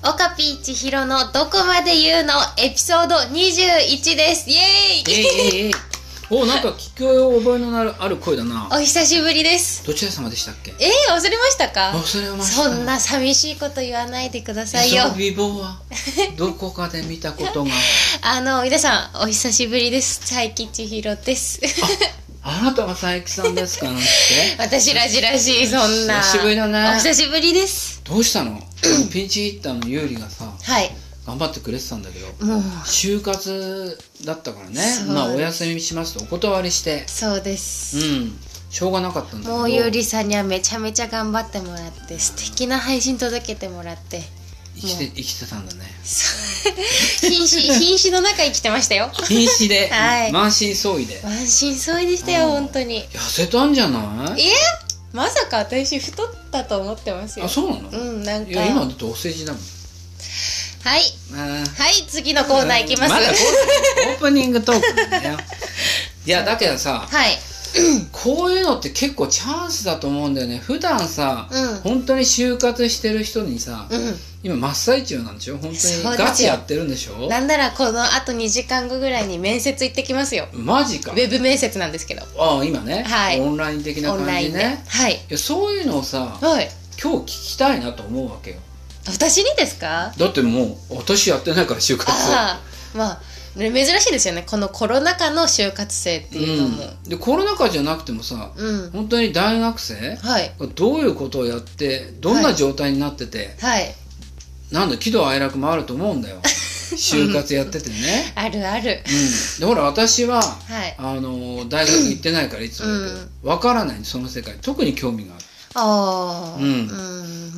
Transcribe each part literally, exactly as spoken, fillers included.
オカピー千尋のどこまで言うのエピソードにじゅういちです。イエーイ。 えいえいえい。お、なんか聞き覚えのなるある声だな。 お久しぶりです。 どちら様でしたっけ？ えー、忘れましたか？ 忘れました。 そんな寂しいこと言わないでくださいよ。 遊び坊はどこかで見たことがあの皆さんお久しぶりです。佐伯千尋です。 あ、あなたが佐伯さんですかなんて私らしらしい。そんな久しぶりだね。 お久しぶりです。 どうしたの？ピンチヒッターの優里がさ、 はい頑張ってくれてたんだけど、 もう就活だったからね。 そうまあお休みしますとお断りして、 そうです、 うんしょうがなかったんだけど、 もうゆうりさんにはめちゃめちゃ頑張ってもらって素敵な配信届けてもらって生きて生きてたんだね。 瀕死瀕死の中生きてましたよ。 瀕死で、 はい満身創痍で満身創痍でしたよ本当に。 痩せたんじゃない？ えまさか私太ったと思ってますよ。 あ、そうなの？ うん、なんかいや今だってお世辞だもん。 はいあはい次のコーナーいきます。 まだコープニングトークなんだよ。いやだけどさ、 はいこういうのって結構チャンスだと思うんだよね。普段さ、 うん本当に就活してる人にさ、 うん今真っ最中なんでしょ？本当にガチやってるんでしょ？ なんならこのあとにじかんごぐらいに面接行ってきますよ。 マジか。 ウェブ面接なんですけど。 ああ今ね、 はい、 オンライン的な感じね。 オンラインではい。いやそういうのをさ、 はい、 今日聞きたいなと思うわけよ。 私にですか？ だってもう私やってないから就活。 ああまあ珍しいですよね、このコロナ禍の就活生っていうのも、 うん、でコロナ禍じゃなくてもさ、うん、本当に大学生、はい、どういうことをやってどんな状態になってて、はいはい、なんだ喜怒哀楽もあると思うんだよ就活やっててねあるある、 うん、でほら私は、はい、あの大学行ってないからいつも言うけど、うん、分からないその世界特に興味がある。 ああ、うん、うん、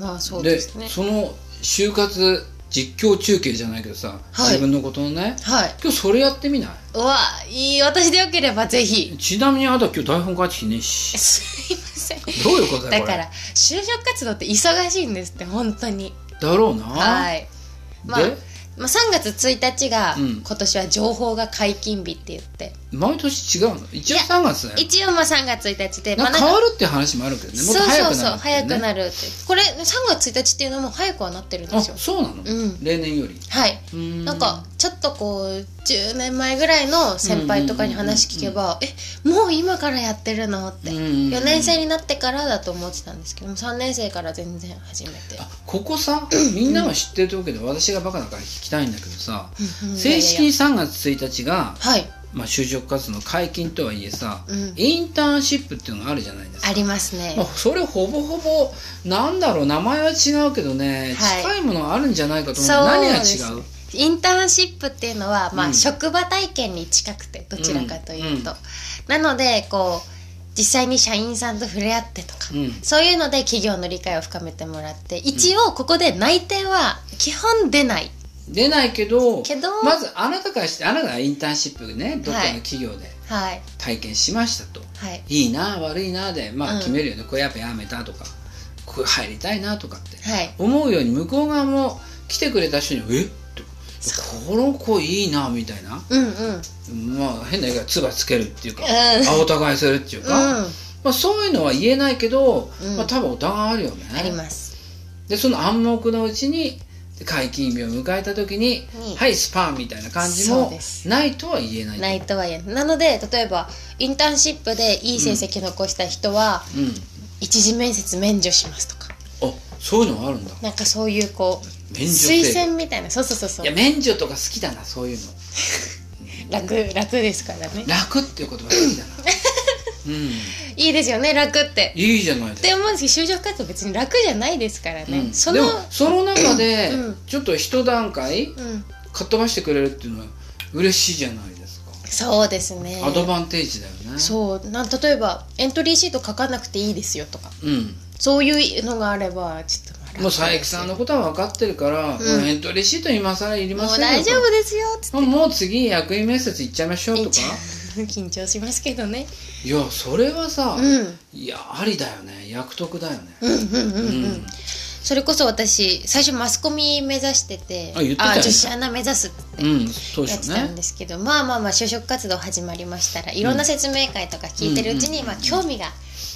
まあそうですね。 でその就活実況中継じゃないけどさ、はい、自分のことのね、はい、今日それやってみない？ うわいい、私でよければぜひ。 ちなみにあなた今日台本書いてきてねえし。 すいません。 どういうことだよだから就職活動って忙しいんですって本当に。 だろうな。 はい。まあ、 でまあ、さんがつついたちが、うん、今年は情報が解禁日って言って毎年違うの？一応さんがつだよ。 一応まあさんがつついたちで、 まあ、変わるって話もあるけどね。もっと早くなるって、ね、そうそうそう早くなるって。これさんがつついたちっていうのも早くはなってるんですよ。 あ、そうなの、うん、例年より。 はい。んなんかちょっとこうじゅうねんまえぐらいの先輩とかに話聞けば、えもう今からやってるのってよねん生になってからだと思ってたんですけども、さんねん生から全然始めて。 あ、ここさみんなは知ってると思うけど、私がバカだから聞きたいんだけどさ、正式にさんがつついたちが、はい、まあ、就職活動の解禁とはいえさ、うん、インターンシップっていうのがあるじゃないですか。 ありますね。 まあ、それほぼほぼなんだろう、名前は違うけどね、はい、近いものがあるんじゃないかと思う。何が違う？ インターンシップっていうのは、まあうん、職場体験に近くてどちらかというと、うんうん、なのでこう実際に社員さんと触れ合ってとか、うん、そういうので企業の理解を深めてもらって、一応ここで内定は基本出ない出ないけど、 けどまずあなたからして、あなたがインターンシップね、どっかの企業で体験しましたと、はい、いいな悪いなで、まあ、決めるよね、うん、これやっぱやめたとかこれ入りたいなとかって、はい、思うように向こう側も来てくれた人にえっこの子いいなみたいな、うんうん、まあ変な言い方つばつけるっていうか、うん、あお互いするっていうか、うん、まあ、そういうのは言えないけど、うん、まあ、多分お互いあるよね。 あります。でその暗黙のうちに解禁日を迎えた時に、うん、はいスパンみたいな感じもないとは言えない。 ないとは言えない。なので例えばインターンシップでいい成績残した人は、うん、一次面接免除しますとか。 あ、そういうのがあるんだ。 なんかそういうこう推薦みたいな。そうそうそうそう。 いや免除とか好きだなそういうの楽楽ですからね。 楽っていう言葉好きだなうん、 いいですよね楽って。 いいじゃないですか。 でも就職活動別に楽じゃないですからね、うん、そのでもその中でちょっと一段階かっ飛ばしてくれるっていうのは嬉しいじゃないですか。 そうですね、 アドバンテージだよね。 そうなん例えばエントリーシート書かなくていいですよとか、うん、そういうのがあればちょっともう佐伯さんのことは分かってるから、うん、もうエントリーシート今更いりませんよ、 もう大丈夫ですよっつって、 もう次役員面接行っちゃいましょうとか緊張しますけどね。 いやそれはさ、うん、いやありだよね、役得だよね。うんうんうんうん、うん、 それこそ私最初マスコミ目指してて、 あ言ってたよね、 あ女子アナ目指すってやってたんですけど、うんね、まあまあまあ就職活動始まりましたらいろんな説明会とか聞いてるうちに、うん、まあ、興味が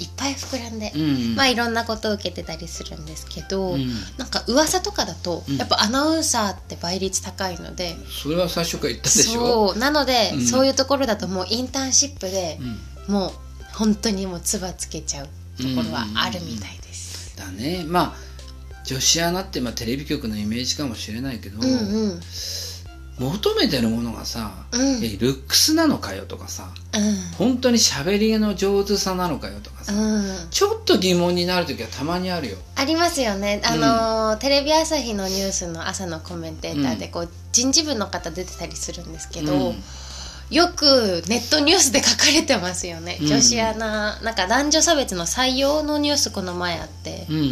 いっぱい膨らんで、うん、まあいろんなことを受けてたりするんですけど、うん、なんか噂とかだと、うん、やっぱアナウンサーって倍率高いので、 それは最初から言ったでしょ。 そうなので、うん、そういうところだともうインターンシップで、うん、もう本当にもう唾つけちゃうところはあるみたいです、 うんうんうん、だね。まあ女子アナってまあテレビ局のイメージかもしれないけど、うんうん、求めてるものがさ、うん、えルックスなのかよとかさ、うん、本当に喋りの上手さなのかよとかさ、うん、ちょっと疑問になる時はたまにあるよ。 ありますよね。あのーうん、テレビ朝日のニュースの朝のコメンテーターでこう、うん、人事部の方出てたりするんですけど、うん、よくネットニュースで書かれてますよね、うん、女子アナなんか男女差別の採用のニュースこの前あって、うんうんうん、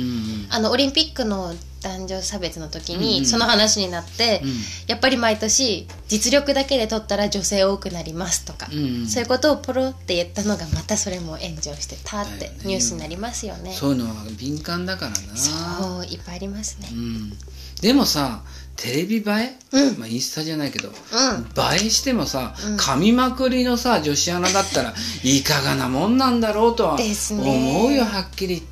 あのオリンピックの男女差別の時にその話になって、うんうん、やっぱり毎年実力だけで取ったら女性多くなりますとか、うんうん、そういうことをポロって言ったのがまたそれも炎上してたってニュースになりますよね。 そういうのは敏感だからな。 そういっぱいありますね、 うん、でもさテレビ映え、うんまあ、インスタじゃないけど、うん、映えしてもさ、うん、噛みまくりのさ女子アナだったらいかがなもんなんだろうとは思うよ、はっきり言って。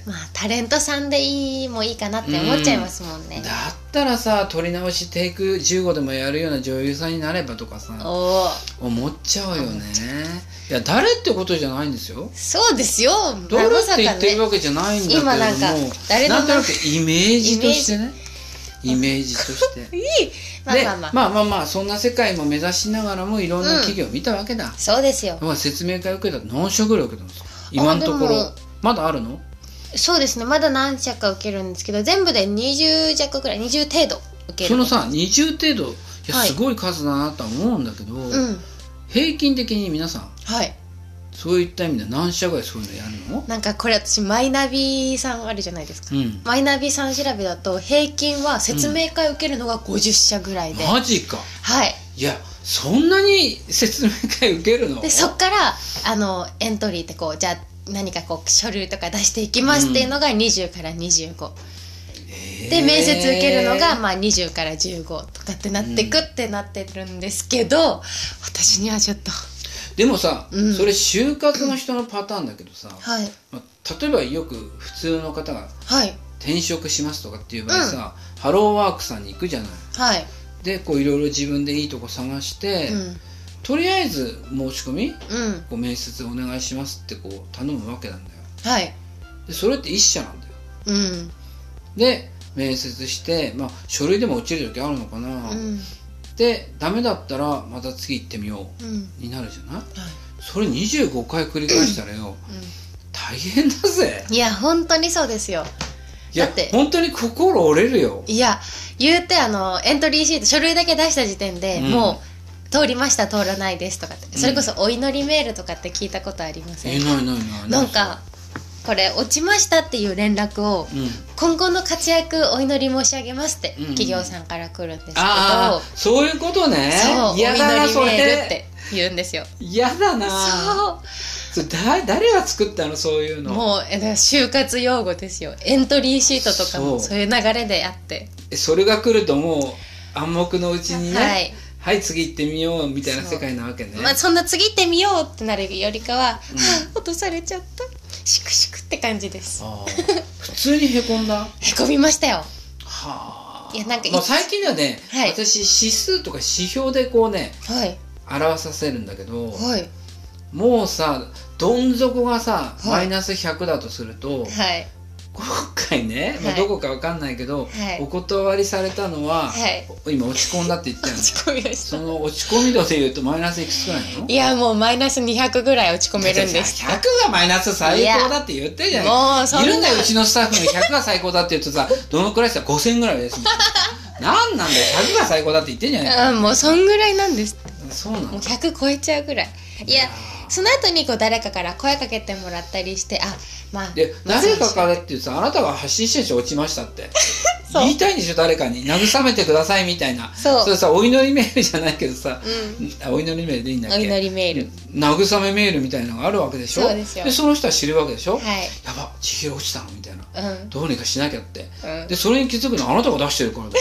まあタレントさんでいいもいいかなって思っちゃいますもんね、 うん、だったらさ撮り直しテイクじゅうごでもやるような女優さんになればとかさ思っちゃうよね。いや誰ってことじゃないんですよ。 そうですよ。 誰って言ってるわけじゃないんだけども、今なんか誰のなんとなくイメージとしてねイメージとしていいまあまあまあまあまあまあそんな世界も目指しながらもいろんな企業を見たわけだ、うん、 そうですよ。 説明会受けたら何社ぐらい受けたんですか今のところ。まだあるの？ そうですね、まだ何社か受けるんですけど全部でにじゅう弱ぐらい、にじゅう程度受ける。 そのさにじゅう程度いやすごい数だなとは思うんだけど、はいうん、平均的に皆さん、はい、そういった意味で何社ぐらいそういうのやるの？なんかこれ私マイナビさんあるじゃないですか、うん、マイナビさん調べだと平均は説明会受けるのがごじゅっ社ぐらいで、 うん、マジか。 はい。 いやそんなに説明会受けるの？ でそっからあのエントリーってこうじゃあ何かこう書類とか出していきますっていうのがにじゅうからにじゅうご、うん、で面接受けるのがまあにじゅうからじゅうごとかってなってくってなってるんですけど、うん、私にはちょっとでもさ、うん、それ就活の人のパターンだけどさ、はいまあ、例えばよく普通の方が転職しますとかっていう場合さ、うん、ハローワークさんに行くじゃない、はい、でこういろいろ自分でいいとこ探して、うん、とりあえず申し込み、うん、こう面接お願いしますってこう頼むわけなんだよ、はい、でそれって一社なんだよ、うん、で面接して、まあ、書類でも落ちる時あるのかな、うんでダメだったらまた次行ってみよう、うん、になるじゃない、はい、それにじゅうごかい繰り返したらよ、うん、大変だぜ。 いや本当にそうですよ。 いやだって本当に心折れるよ。 いや言うてあのエントリーシート書類だけ出した時点で、うん、もう通りました通らないですとかって、うん、それこそお祈りメールとかって聞いたことありません？ えないないないなんかこれ落ちましたっていう連絡を、うん、今後の活躍お祈り申し上げますって企業さんから来るんですけど、うんうん、 あそういうことね。 そうお祈りメールって言うんですよ。 嫌だな。そうそれ誰が作ったのそういうの。 もう就活用語ですよ。エントリーシートとかもそういう流れであって、 それが来るともう暗黙のうちにね、はいはい、次行ってみようみたいな世界なわけね。 まあ、そんな次行ってみようってなるよりかは、うん、はあ落とされちゃったシクシクって感じです。あ普通にへこんだ。 へこみましたよ。 はあ。いやなんか、まあ、最近ではね、はい、私指数とか指標でこうね、はい、表させるんだけど、はい、もうさどん底がさ、はい、マイナスひゃくだとすると、はい、今回ね、まあ、どこかわかんないけど、はい、お断りされたのは、はい、今落ち込んだって言ったよね。落ち込みました。その落ち込み度でいうとマイナスいくつくらいの？ いやもうマイナスにひゃくぐらい落ち込めるんです。 ひゃくがマイナス最高だって言ってるじゃない。もうそんないるんだようちのスタッフにひゃくが最高だって言うとさどのくらいしたらごせんぐらいですもん。なんなんだよひゃくが最高だって言ってんじゃないか。 あもうそんぐらいなんです。 そうなの。 もうひゃく超えちゃうぐらい。いやその後にこう誰かから声かけてもらったりしてあまあで誰かからっていうさあなたが発信してるし落ちましたって言いたいんでしょ誰かに慰めてくださいみたいな。そうそれさお祈りメールじゃないけどさ、うん、お祈りメールでいいんだっけ。 お祈りメール慰めメールみたいなのがあるわけでしょ。 そうですよ。 でその人は知るわけでしょ、はい、やば千尋落ちたのみたいな、うん、どうにかしなきゃって、うん、でそれに気づくのはあなたが出してるからだ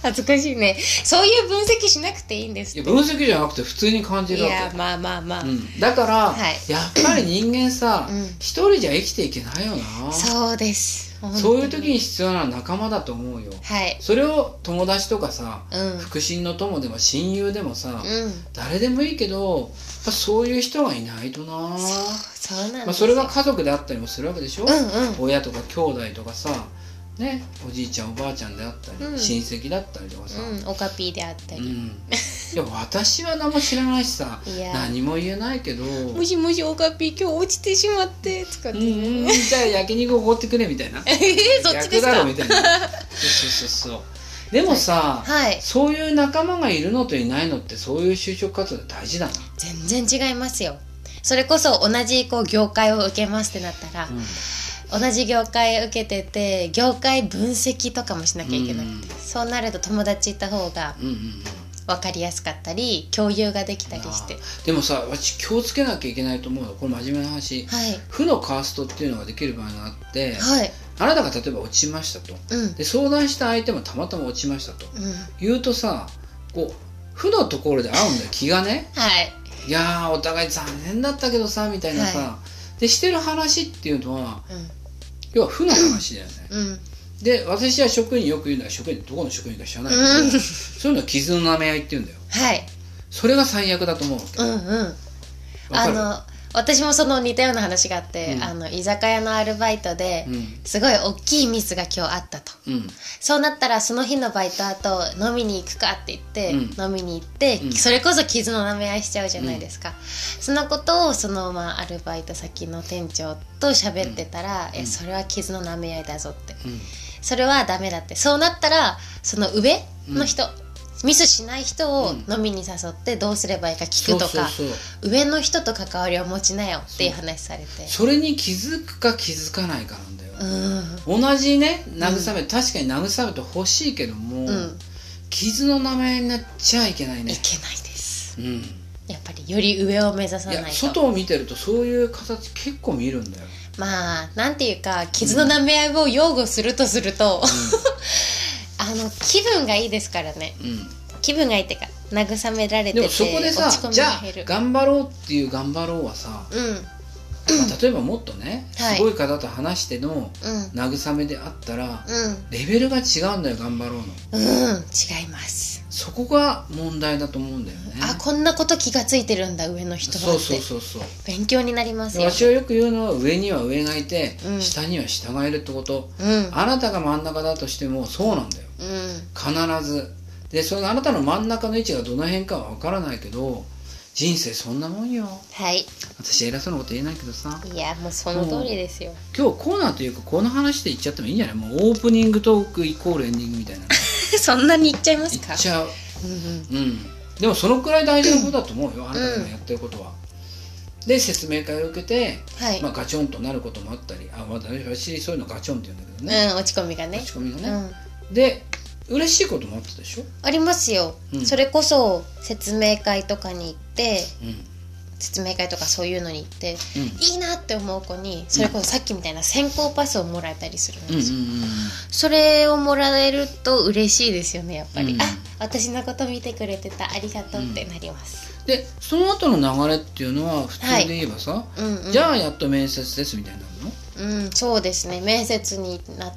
恥ずかしいね。そういう分析しなくていいんですって。 いや分析じゃなくて普通に感じるわけ。 いやまあまあまあ、 うん、だから、はい、やっぱり人間さ、うん、一人じゃ生きていけないよな。 そうです。 そういう時に必要な仲間だと思うよ、はい、それを友達とかさ、うん、腹心の友でも親友でもさ、うん、誰でもいいけどやっぱそういう人がいないとな。 そう、そうなんですよ。 まあ、それが家族であったりもするわけでしょ、うんうん、親とか兄弟とかさね、おじいちゃんおばあちゃんであったり、うん、親戚だったりとかさ、 うん、おかぴーであったり、うん、 いや私は何も知らないしさ何も言えないけど、 もしもしおかぴー今日落ちてしまって使って、 うん、じゃあ焼肉おごってくれみたいなえー、そっちですか。 逆だろみたいなそうそうそうそう。でもさ、はいはい、そういう仲間がいるのといないのってそういう就職活動大事だな。 全然違いますよ。それこそ同じこう業界を受けますってなったら、うん同じ業界受けてて業界分析とかもしなきゃいけなくて、うん、そうなると友達いた方が分かりやすかったり共有ができたりして。 でもさ私気をつけなきゃいけないと思うの。これ真面目な話、はい、負のカーストっていうのができる場合があって、はい、あなたが例えば落ちましたと、うん、で相談した相手もたまたま落ちましたと、うん、言うとさこう負のところで合うんだよ気がね、はい、いやーお互い残念だったけどさみたいなさ、はい、でしてる話っていうのは、うん、要は負の話だよね、うん、で私は職員によく言うのは職員どこの職員か知らないけど、うん、そういうのは傷の舐め合いって言うんだよ。はいそれが最悪だと思うわけ。うんうんあの私もその似たような話があって、うん、あの居酒屋のアルバイトで、うん、すごい大きいミスが今日あったと、うん、そうなったらその日のバイト後飲みに行くかって言って、うん、飲みに行って、うん、それこそ傷の舐め合いしちゃうじゃないですか、うん、そのことをその、まあ、アルバイト先の店長と喋ってたら、うん、えそれは傷の舐め合いだぞって、うん、それはダメだって。そうなったらその上の人、うんミスしない人を飲みに誘ってどうすればいいか聞くとか、そうそうそう上の人と関わりを持ちなよっていう話されてそ, それに気づくか気づかないかなんだよ、うん、同じね慰め、うん、確かに慰めてほしいけども、うん、傷の名前になっちゃいけないね。 いけないです、うん、やっぱりより上を目指さないと。いや外を見てるとそういう形結構見るんだよ。 まあなんていうか傷の舐め合いを擁護するとすると、うんあの気分がいいですからね、うん、気分がいいってか慰められててでもそこでさじゃあ頑張ろうっていう頑張ろうはさ、うんまあ、例えばもっとね、はい、すごい方と話しての慰めであったら、うん、レベルが違うんだよ頑張ろうの。 うん違います。 そこが問題だと思うんだよね。 あこんなこと気がついてるんだ上の人はって。そうそうそうそう勉強になりますよ。 私はよく言うのは上には上がいて、うん、下には下がいるってこと、うん、あなたが真ん中だとしてもそうなんだよ、うん、必ず。でそのあなたの真ん中の位置がどの辺かは分からないけど人生そんなもんよ。はい私偉そうなこと言えないけどさ。 いやもうその通りですよ。 今日コーナーというかこの話で言っちゃってもいいんじゃない。もうオープニングトークイコールエンディングみたいなそんなに言っちゃいますか。 言っちゃう、うんうんうん、でもそのくらい大事なことだと思うよ、うん、あなたがやってることは。で説明会を受けて、はいまあ、ガチョンとなることもあったりあ、まあ、私そういうのガチョンって言うんだけどね、 うん、落ち込みがね落ち込みがね、うん、で嬉しいこともあったでしょ。 ありますよ、うん、それこそ説明会とかに行って、うん、説明会とかそういうのに行って、うん、いいなって思う子にそれこそさっきみたいな先行パスをもらえたりするんですよ、うんうんうんうん、それをもらえると嬉しいですよねやっぱり、うん、あ私のこと見てくれてたありがとうってなります、 うん、でその後の流れっていうのは普通で言えばさ、はいうんうん、じゃあやっと面接ですみたいになるの。うんそうですね面接になって、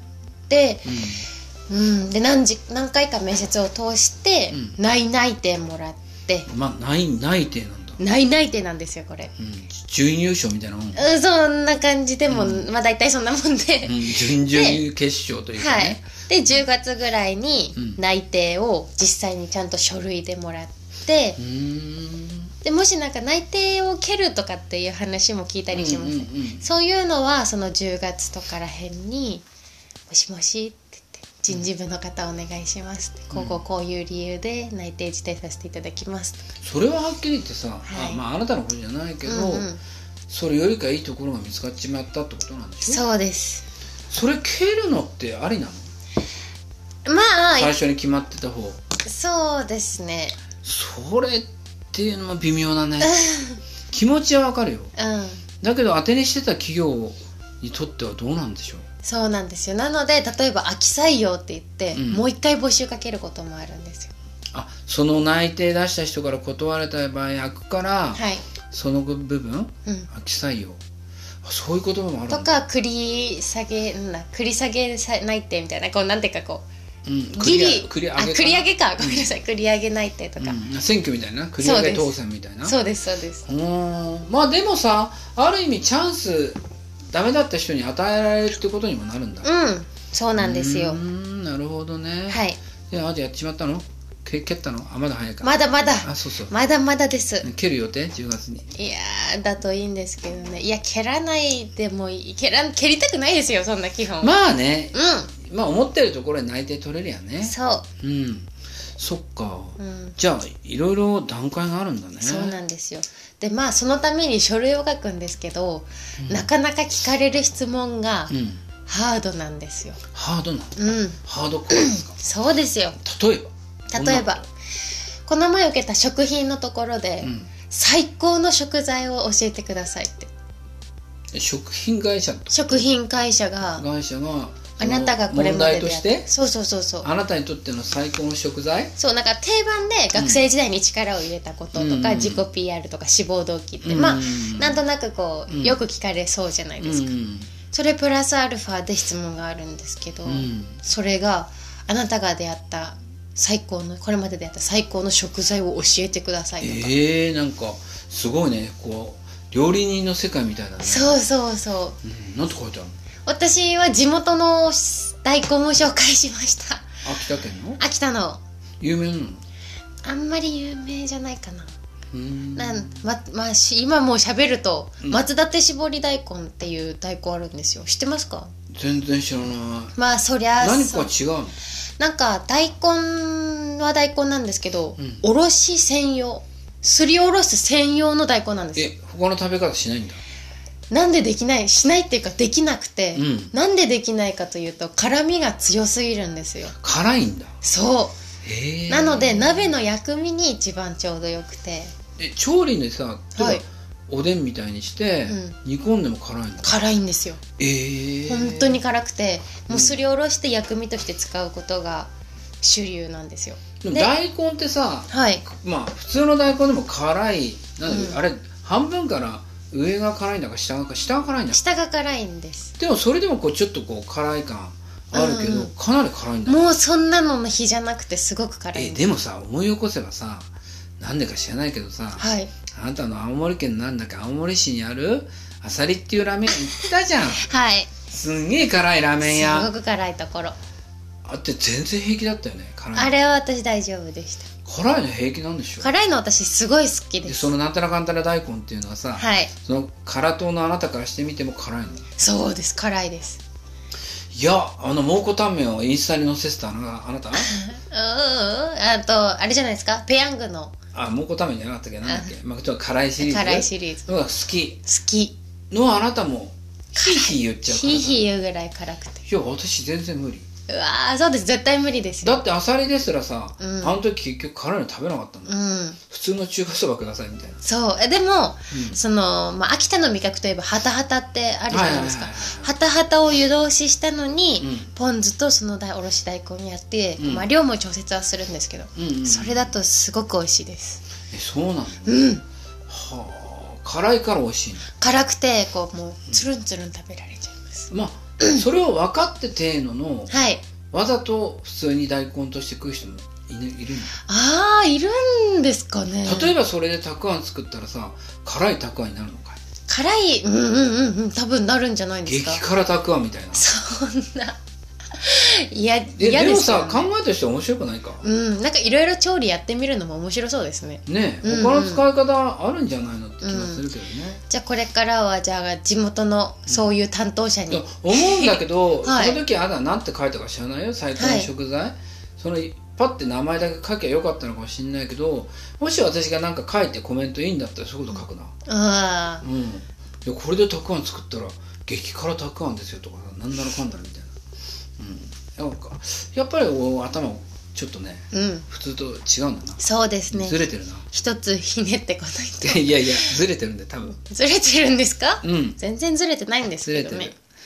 うんうん、で 何, 時何回か面接を通して、うん、内内定もらってまあ内内定なんだ。 内内定なんですよこれ、 うん、準優勝みたいなもん、うん、 そんな感じでも、うん、まあ大体そんなもんで、うん、 準々決勝というかね、はい、 でじゅうがつぐらいに内定を実際にちゃんと書類でもらって、うん、でもしなんか内定を蹴るとかっていう話も聞いたりします、うんうんうん、そういうのはそのじゅうがつとからへんにもしもしって言って人事部の方お願いしますって、うん、こここういう理由で内定辞退させていただきますとか。 それははっきり言ってさ、はい、あ, まあ、あなたのことじゃないけど、うんうん、それよりかいいところが見つかっちまったってことなんでしょ。 そうです。 それ蹴るのってありなの。 まあ最初に決まってた方。 そうですね。 それっていうのも微妙なね気持ちはわかるよ、うん、だけど当てにしてた企業にとってはどうなんでしょう。 そうなんですよ。なので例えば秋採用って言って、うん、もう一回募集かけることもあるんですよ。 あ、その内定出した人から断られた場合開くから、はい、その部分、うん、秋採用、そういう言葉もあるんだ。 とか繰り下げんだ繰り下げ内定みたいな、こうなんていうかこう、うん、ギリ繰り上げか、繰り上げか、ごめんなさい、繰り上げ内定とか、 うん、選挙みたいな、繰り上げ当選みたいな。 そうですそうです。 うん、まあでもさ、ある意味チャンスダメだった人に与えられるってことにもなるんだ。 うん、そうなんですよ。 うん、なるほどね。 はい。 で、あとやっちまったの？蹴ったの？あ、まだ早いか。 まだまだ。 あ、そうそう。 まだまだです。 蹴る予定？じゅうがつに。 いやー、だといいんですけどね。いや、蹴らないでもいい。蹴ら蹴りたくないですよ、そんな基本。 まあね。 うん。 まあ思ってるところに内定取れるやね。 そう。 うん。そっか。うん、じゃあいろいろ段階があるんだね。 そうなんですよ。で、まあそのために書類を書くんですけど、うん、なかなか聞かれる質問が、うん、ハードなんですよ。 ハードなんだ。 うん。 ハードコアですか？ そうですよ。 例えば。 例えば。この前受けた食品のところで、うん、最高の食材を教えてくださいって。 食品会社と食品会社が会社があなたがこれまでで問題としてそうそうそうそうあなたにとっての最高の食材、 そうなんか定番で学生時代に力を入れたこととか、うん、自己 ピーアール とか志望動機って、うん、まあなんとなくこう、うん、よく聞かれそうじゃないですか、うん、それプラスアルファで質問があるんですけど、うん、それがあなたが出会った最高のこれまででやった最高の食材を教えてくださいとか。 えー、なんかすごいね、こう料理人の世界みたいなね。 そうそうそう、 うん、なんて書いてあるの？ 私は地元の大根を紹介しました。 秋田県の？ 秋田の。 有名なの？ あんまり有名じゃないかな。うんなんままあ、今もう喋ると、うん、松立絞り大根っていう大根あるんですよ。知ってますか？ 全然知らない。 まあそりゃ何か違うの？ なんか大根は大根なんですけど、うん、おろし専用、すりおろす専用の大根なんですよ。 え、他の食べ方しないんだ？ なんでできないしないっていうかできなくて、うん、なんでできないかというと辛みが強すぎるんですよ。 辛いんだ。 そう。へー。なので鍋の薬味に一番ちょうどよくて。 え、調理でさ、はい、おでんみたいにして、うん、煮込んでも辛いんだ。 辛いんですよ。 えー、 本当に辛くて、もうすりおろして薬味として使うことが主流なんですよ。 でも大根ってさ、 はい、 まあ普通の大根でも辛いなんだ、うん、あれ半分から上が辛いんだか下が下が辛いんだ。 下が辛いんです。 でもそれでもこうちょっとこう辛い感あるけど、うん、かなり辛いんだ。 もうそんなのの比じゃなくてすごく辛いんです。 えでもさ、思い起こせばさ、なんでか知らないけどさ、 はい、 あなたの青森県なんだか青森市にあるあさりっていうラーメン屋行ったじゃん。 はい。 すんげえ辛いラーメン屋。 すごく辛いところ。 あって全然平気だったよね。辛い。 あれは私大丈夫でした。 辛いの平気なんでしょ？ 辛いの私すごい好きです。 でそのなんたらかんたら大根っていうのはさ、 はい、 その辛党のあなたからしてみても辛いの？ そうです、辛いです。 いや、あの蒙古タンメンをインスタに載せてたのがあなた？うんあとあれじゃないですか、ペヤングのあ蒙古タンメンじゃなかったっけ、なんだっけ、まあ、ちょっと辛いシリーズ辛いシリーズのが好き好きのあなたもヒーヒー言っちゃうから。 ヒーヒー言うぐらい辛くて。 いや私全然無理。 うわーそうです、絶対無理ですよ。 だってアサリですらさ、うん、あの時結局辛いの食べなかったんだ、うん、普通の中華そばくださいみたいな。 そうえでも、うん、その、まあ、秋田の味覚といえばハタハタってあるじゃないですか。ハタハタを湯通ししたのに、うん、ポン酢とそのおろし大根やって、うんまあ、量も調節はするんですけど、うんうん、それだとすごく美味しいです。 えそうなの？ うんはあ、辛いから美味しいの？ 辛くてこうもうつるんつるん食べられちゃいます、 まあそれを分かっててのの、 はい、 わざと普通に大根として食う人もいるの？ ああいるんですかね。 例えばそれでたくあん作ったらさ、辛いたくあんになるのかい？ 辛いうんうんうんうん多分なるんじゃないですか。 激辛たくあんみたいな。 そんないや嫌ですよね。でもさ考えとして面白くないか？ うんなんかいろいろ調理やってみるのも面白そうですね。 ねえ、うんうん、他の使い方あるんじゃないのって気がするけどね、 うん、じゃあこれからはじゃあ地元のそういう担当者に、 うん、思うんだけど、はい、その時あなた何て書いたか知らないよ、最高の食材、はい、そのパッて名前だけ書きゃよかったのかもしれないけど、もし私が何か書いてコメントいいんだったらそういうこと書くな。 ああ、 うん、いやこれでたくあん作ったら激辛たくあんですよとかなんだらかんだらみたいな、うん、なんかやっぱり頭ちょっとね、うん、普通と違うんだな。 そうですね、 ずれてるな。 一つひねってこないと。 いやいやずれてるんで多分。 ずれてるんですか？ うん、 全然ずれてないんですけどね。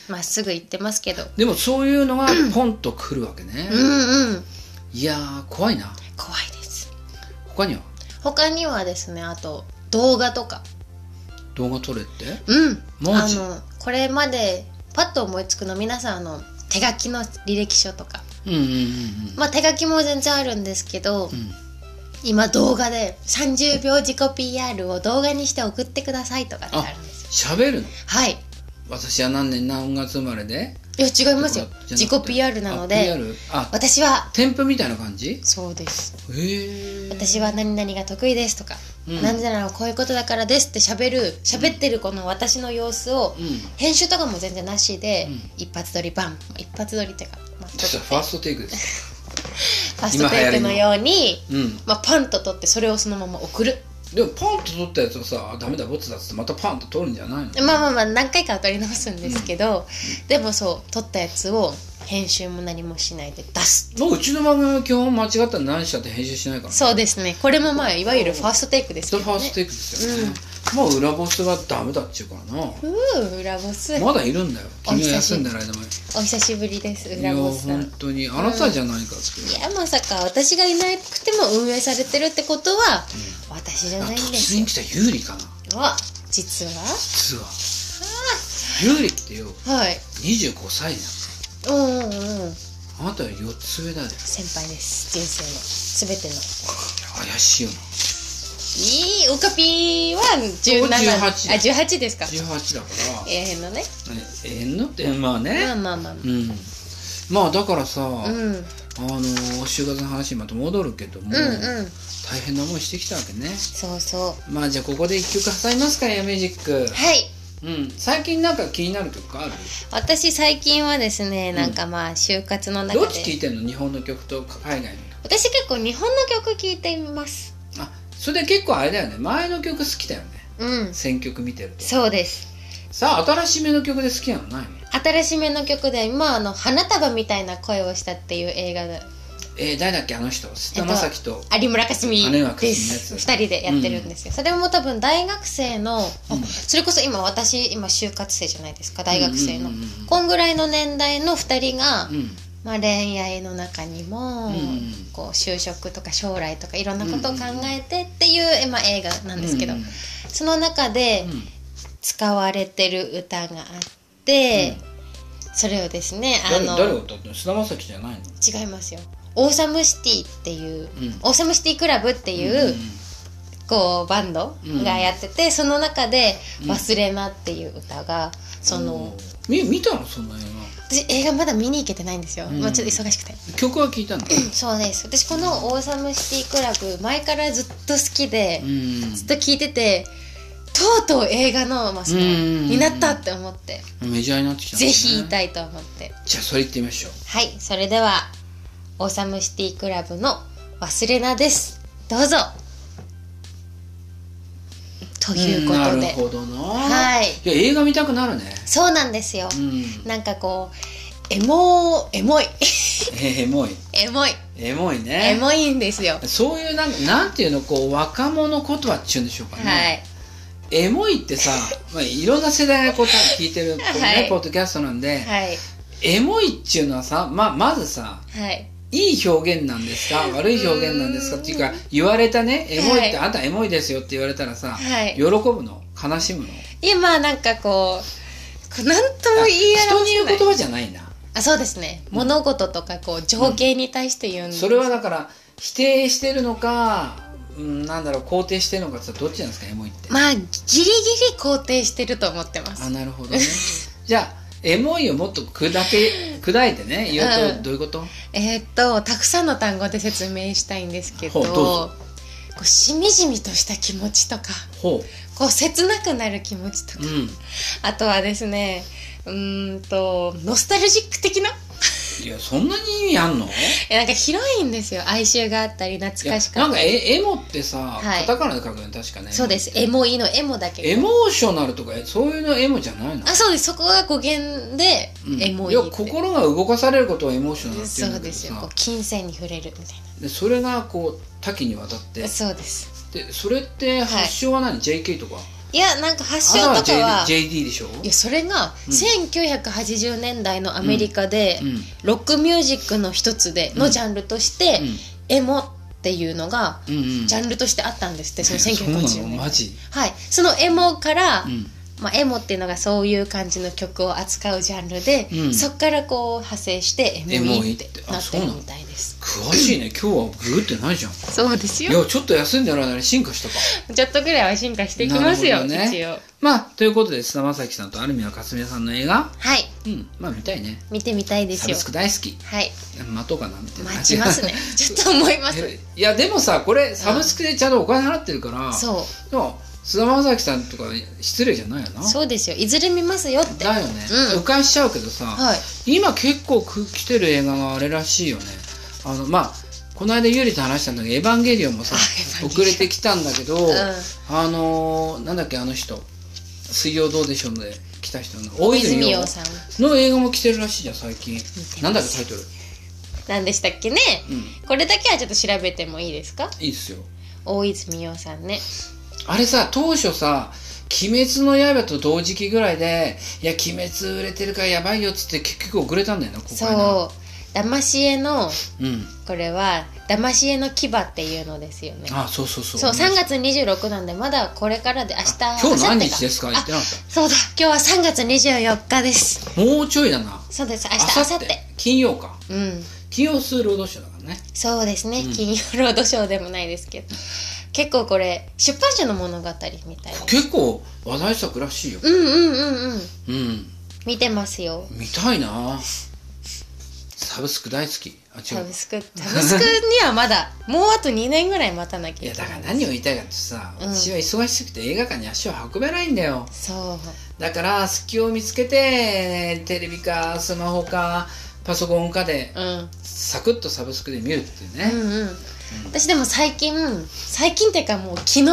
まっすぐ行ってますけど。 でもそういうのがポンとくるわけね。 うんうん。 いやー怖いな。 怖いです。 他には他にはですね、あと動画とか。 動画撮れってうん。 マジ？ あのこれまでパッと思いつくの、皆さんあの手書きの履歴書とか、 うんうんうんうん、 まあ手書きも全然あるんですけど、うん、今動画でさんじゅうびょう自己 ピーアール を動画にして送ってくださいとかってあるんですよ。 喋るの？ はい。 私は何年何月生まれで？ いや違いますよ。自己 ピーアール なので、あ、私は添付みたいな感じ？ そうです。 へえ。 私は何々が得意ですとか、うん、何々はこういうことだからですって喋る喋ってるこの私の様子を、うん、編集とかも全然なしで、うん、一発撮りバン一発撮りっていうか、 まあ、ファーストテイクですファーストテイクのように、うんまあ、パンと撮ってそれをそのまま送る。 でもパンと撮ったやつをさ、ダメだボツだっつってまたパンと撮るんじゃないの？ まあまあまあ何回かは撮り直すんですけど、うん、でもそう撮ったやつを編集も何もしないで出す。 もううちの番組は基本間違ったら何したって編集しないから、ね、 そうですね。これもまあいわゆるファーストテイクですよね。 ファーストテイクですよね、うん、もう裏ボスがダメだっちゅうからな。うー裏ボスまだいるんだよ。君が休んでる間も。 お久しぶりです。裏ボスさん。 いや本当にあなたじゃないかって、 うん、いやまさか私がいなくても運営されてるってことは、うん、私じゃないんですよ。 突然来た有利かな。 あ、実は実は有利ってよ、はい、にじゅうごさいじゃん。うんうんうん。あなたはよっつ上だよ。 先輩です。人生の全ての。 怪しいよな。 いいオカピーはじゅうなな、 じゅうはちあじゅうはちですか。 じゅうはちだから永遠のね。 永遠のってまあね。 まあまあまあ、うん、 まあだからさ、うん、あの就活の話にまた戻るけども、うんうん、大変な思いしてきたわけね。 そうそう。 まあじゃあここでいっきょく挟みますか。ヤメジック。 はい。 うん、最近なんか気になる曲ある？ 私最近はですね、なんかまあ就活の中で、 どっち聴いてんの？日本の曲と海外の曲。 私結構日本の曲聴いてみます。 あ、それで結構あれだよね、前の曲好きだよね。 うん、 選曲見てると。 そうです。 さあ新しめの曲で好きなのないの？ 新しめの曲で、まあ、あの花束みたいな声をしたっていう映画で、 えー、誰だっけあの人、菅田将暉と有村架純ですふたりでやってるんですよ、うん、それも多分大学生の、うん、それこそ今私今就活生じゃないですか、大学生の、うんうんうんうん、こんぐらいの年代のふたりが、うんまあ、恋愛の中にも、うん、こう就職とか将来とかいろんなことを考えてっていう、まあ、映画なんですけど、うんうん、その中で使われてる歌があって、うん、それをですね、 あの誰が歌ってるの？菅田将暉じゃないの？ 違いますよ。オーサムシティっていう、うん、オーサムシティクラブっていう、うんうん、こうバンドがやってて、うん、その中で忘れなっていう歌が、うん、そのみ見たの？そんな映画。 私映画まだ見に行けてないんですよ、うん、もうちょっと忙しくて。 曲は聴いたの？ そうです。私このオーサムシティクラブ前からずっと好きで、うん、ずっと聴いてて、とうとう映画の、まあ、そのになったって思って、 メジャーになってきた、ね、 ぜひ言いたいと思って。 じゃあそれ言ってみましょう。 はい、それではオーサムシティクラブの忘れなです。どうぞ。ということで、 うん、なるほどな。 はい。 いや映画見たくなるね。 そうなんですよ、うん、なんかこうエモエモいエモいエモいエモいね。 エモいんですよ。 そういうなんなんていうの、こう若者言葉っちゅうんでしょうかね。はい。エモいってさ、まあ、いろんな世代がこう聞いてる、ねはい、ポッドキャストなんで、はい、エモいっちゅうのはさ、ままずさ、はい、いい表現なんですか悪い表現なんですかっていうか、言われたね、エモいって、はい、あんたエモいですよって言われたらさ、はい、喜ぶの悲しむの？ いやまあなんかこうなんとも言い表せない、人に言う言葉じゃないな。 あ、そうですね、うん、物事とかこう情景に対して言うんです、 うん、それはだから否定してるのか、うん、なんだろう肯定してるのかってどっちなんですか、エモいって。 まあギリギリ肯定してると思ってます。 あ、なるほどねじゃあエモいをもっと砕け砕いてね言うとどういうこと？うん、 えー、っとたくさんの単語で説明したいんですけど、どうぞ。こうしみじみとした気持ちとか、ほうこう切なくなる気持ちとか、うん、あとはですね、うーんとノスタルジック的な。 いやそんなに意味あんの？ なんか広いんですよ。哀愁があったり懐かしかったり。 なんかエモってさ、はい、カタカナで書くの確かね。 そうです。エモいのエモだけど。 エモーショナルとかそういうのエモじゃないの？ あ、そうです。そこが語源でエモい、 うん、いや心が動かされることをエモーショナルって言うんだけどさ。そうですよ。 こう金銭に触れるみたいな。 でそれがこう多岐にわたって。 そうです。 でそれって発祥は何？はい、ジェーケー とか？ いやなんか発祥とかはジェイディー でしょ。 いやそれがせんきゅうひゃくはちじゅうねんだいのアメリカで、うんうん、ロックミュージックの一つでのジャンルとして、うん、エモっていうのがジャンルとしてあったんですって、そのせんきゅうひゃくはちじゅうねん。 マジ？ はい、そのエモから、うんまあ、エモっていうのがそういう感じの曲を扱うジャンルで、うん、そこからこう派生してエモいってなってるみたいです。 詳しいね。今日はグーってないじゃん。 そうですよ。 いやちょっと休んでる間に進化したか。 ちょっとぐらいは進化していきますよ、 ね、 一応。 まあということで菅田将暉さんと有宮かすみさんの映画、 はい、 うん、まあ見たいね。 見てみたいですよ。 サブスク大好き。 はい。 待とうかなみたいな。 待ちますね。ちょっと思います。 いやでもさこれサブスクでちゃんとお金払ってるから、 うん、そう。 菅田将暉さんとか失礼じゃないよな。 そうですよ。いずれ見ますよって。 だよね。うん、迂回しちゃうけどさ、はい、今結構来てる映画があれらしいよね。あのまあこの間ゆりと話したんだけど「エヴァンゲリオン」もさ遅れてきたんだけど、うん、あのー、なんだっけあの人「水曜どうでしょう」で来た人の大泉洋さんの映画も来てるらしいじゃん最近。なんだっけタイトル何でしたっけね、うん、これだけはちょっと調べてもいいですか。 いいですよ。 大泉洋さんね。 あれさ当初さ「鬼滅の刃」と同時期ぐらいで「いや鬼滅売れてるからやばいよ」っつって結局遅れたんだよな。ここそうだまし絵の、うん、これはだまし絵の牙っていうのですよね。 あそうそうそう。 そうさんがつにじゅうろくなんでまだこれからで明日今日何日ですか言ってなかった。 そうだ今日はさんがつにじゅうよっかです。 もうちょいだな。 そうです明日明後日金曜か。 うん金曜数労働省だからね。 そうですね、うん、金曜労働省でもないですけど結構これ出版社の物語みたいな結構話題作らしいよ。 うんうんうんうん、 うん、 見てますよ。 見たいな。サブスク大好き。あ違うサブスクサブスクにはまだもうあとにねんぐらい待たなきゃいけない。 いやだから何を言いたいかってさ、うん、私は忙しすぎて映画館に足を運べないんだよ。 そうだから隙を見つけてテレビかスマホかパソコンかで、うん、サクッとサブスクで見るっていうね、 うんうんうん、私でも最近最近っていうかもう昨日、うん、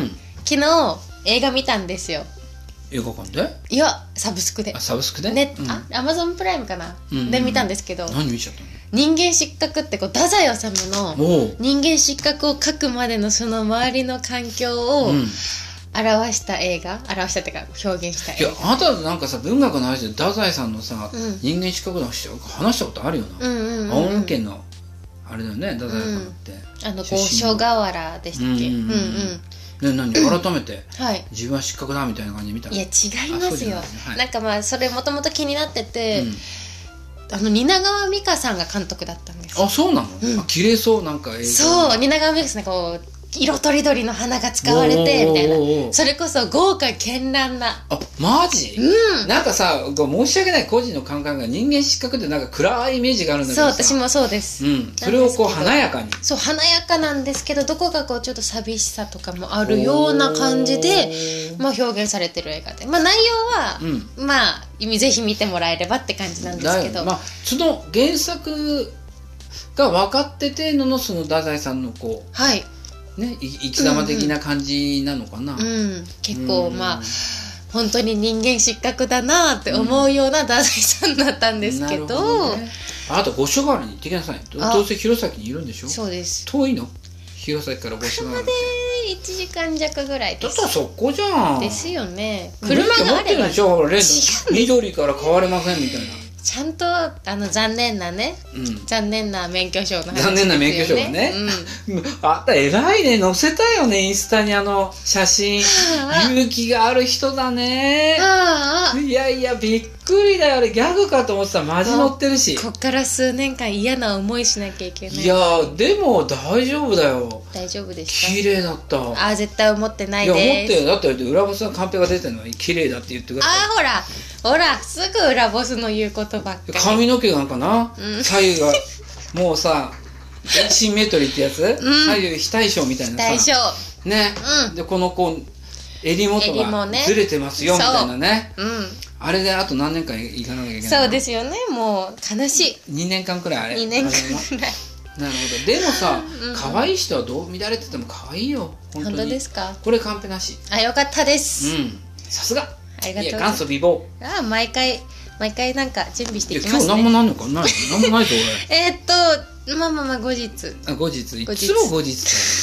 昨日映画見たんですよ。 映画館で？ いやサブスクで。 あサブスクで？ ね、 うん、 あアマゾンプライムかな、うんうん、で見たんですけど。 何見ちゃったの？ 人間失格ってこう太宰治の人間失格を書くまでのその周りの環境を表した映画、表したっていうか表現した映画。 いやあなたなんかさ文学の話で太宰さんのさ、うん、人間失格の話話したことあるよな、うんうんうん、青森県のあれだよね太宰さんって、 うん、あの五所川原でしたっけ。うんうん、うんうんね、何改めて、はい、自分は失格だみたいな感じで見た。 いや違いますよ。な、ねはい、なんかまあそれもともと気になってて、うん、あの蜷川実花さんが監督だったんですよ。 あそうなの、うん、あ綺麗そうなんか映像。そう蜷川実花さんこう色とりどりの花が使われてみたいな、それこそ豪華絢爛な。 あマジ、うん、なんかさ申し訳ない個人の感覚が人間失格ってなんか暗いイメージがあるんだけどさ。 そう私もそうです、 うん、それをこう華やかに。 そう華やかなんですけどどこかこうちょっと寂しさとかもあるような感じで、まあ、表現されてる映画で、まあ、内容は、うん、まあぜひ見てもらえればって感じなんですけど、 まあ、その原作が分かっててののその太宰さんのこうはいね、生き様的な感じなのかな、 うんうん、結構まあ本当に人間失格だなって思うような太宰さんだったんですけど、うん、なるほどね。 あなた五所川原に行ってきなさい。どうせ弘前にいるんでしょ。 そうです。 遠いの弘前から五所川原車でいちじかん弱ぐらいです。 だったらそこじゃんですよね。車があれば。 緑から変われませんみたいな。 ちゃんとあの残念なね、うん、残念な免許証の話ですよね。 残念な免許証がね、うん、あんた偉いね。載せたよねインスタにあの写真。勇気がある人だね。いやいやびっくりだよ。あれギャグかと思ってたらマジ載ってるし。 こっから数年間嫌な思いしなきゃいけない。 いやでも大丈夫だよ。 大丈夫ですか。 綺麗だった。 あ絶対思ってないです。 いや思ってよ。だって裏ボスのカンペが出てるのに綺麗だって言ってください。 あほらほらすぐ裏ボスの言うことばっかり。 髪の毛なんかな、うん、左右がもうさシンメトリーってやつ、うん、左右非対称みたいなさ対称ね、うん、でこのこう襟元がずれてますよみたいなね、うん、あれであと何年間いかなきゃいけないの。 そうですよね。もう悲しい。 にねんかんくらいあれにねんかんくらいなるほど。でもさ可愛い人はどう乱れてても可愛いよ本当に。 本当ですか。 これカンペなし。 あよかったです。 うんさすが。ありがとうございます。 元祖美貌。 あ毎回毎回なんか準備していきますね。 今日何もなんのかない何もないぞ俺。 えっとまあまあまあ後日。 あ後日いつも後日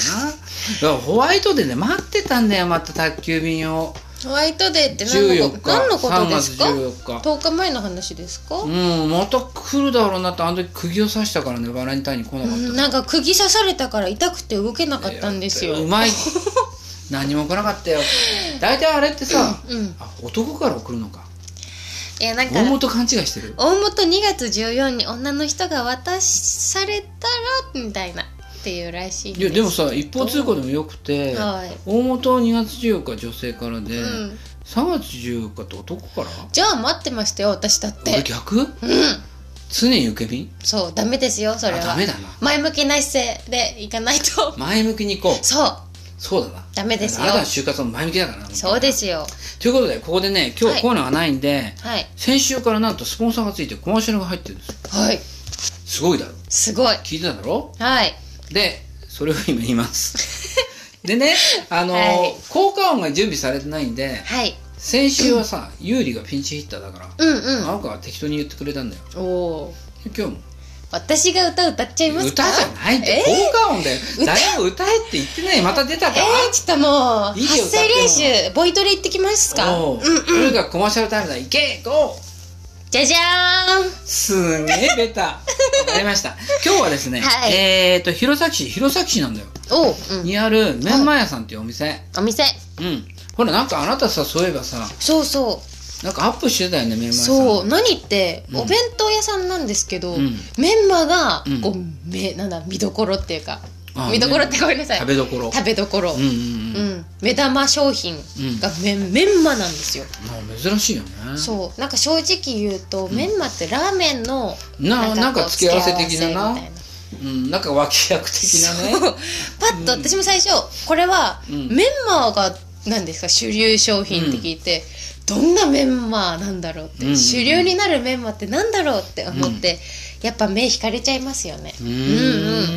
な。だからホワイトデーで待ってたんだよ、また宅急便を。 ホワイトデーって何のこと何のことですか？ さんがつじゅうよっか。 とおかまえの話ですか？ うん、また来るだろうなって。あの時釘を刺したからね、バレンタインに来なかった、うん、 なんか釘刺されたから痛くて動けなかったんですよ。 うまい何も来なかったよ。大体あれってさ、うんうん、あ、男から送るのか。いや、なんか大元勘違いしてる。 大元にがつじゅうよっかに女の人が渡されたらみたいなっていうらしいんです。 いやでもさ、一方通行でもよくて、はい、大元にがつじゅうよっか女性からで、うん、さんがつじゅうよっかって男から。 じゃあ待ってましたよ、私だって。 俺逆？うん、常に受け身。 そう、ダメですよそれは。 ダメだな。 前向きな姿勢でいかないと。 前向きにいこう。 そうそうだな。 ダメですよ。 あなたの就活も前向きだからな。 そうですよ。 ということで、ここでね、今日はコーナーがないんで、はい、先週からなんとスポンサーがついてコマーシャルが入ってるんですよ。はい。すごいだろ。 すごい。 聞いてただろ。 はい。 で、それを今言います。でね、あの、はい、効果音が準備されてないんで、はい、先週はさ、うん、優里がピンチヒッターだから、うんうん、あの子が適当に言ってくれたんだよ。おー。今日も。 私が歌歌っちゃいますか？ 歌じゃないって、効果音だよ。誰も歌えって言ってない。また出たか？ えー、ちょっともう、発声練習、ボイトレ行ってきますか？ おー。うんうん。それがコマーシャルタイムだ。いけー、ゴー！ じゃじゃーん！ すげえベタ。わかりました。今日はですね、はい、えーと、弘前市、弘前市なんだよ。おう、うん、にあるメンマ屋さんっていうお店。 お店。 うん。ほら、なんかあなたさ、そういえばさ、 そうそう。 なんかアップしてたよね、メンマ屋さん。 そう、何って、お弁当屋さんなんですけど、うん、メンマが、こう、め、なんだ、見どころっていうか、見どころってごめんなさい。 食べどころ。 食べどころ。うんうんうん。目玉商品がメン、メンマなんですよ。 珍しいよね。 そう。なんか正直言うと、メンマってラーメンの、 な、なんか付け合わせ的なな。うん、なんか脇役的なね。 パッと、私も最初、これは、メンマが、何ですか、主流商品って聞いて、どんなメンマなんだろうって、うんうんうん、主流になるメンマってなんだろうって思って、うん、やっぱ目引かれちゃいますよね。うんうん、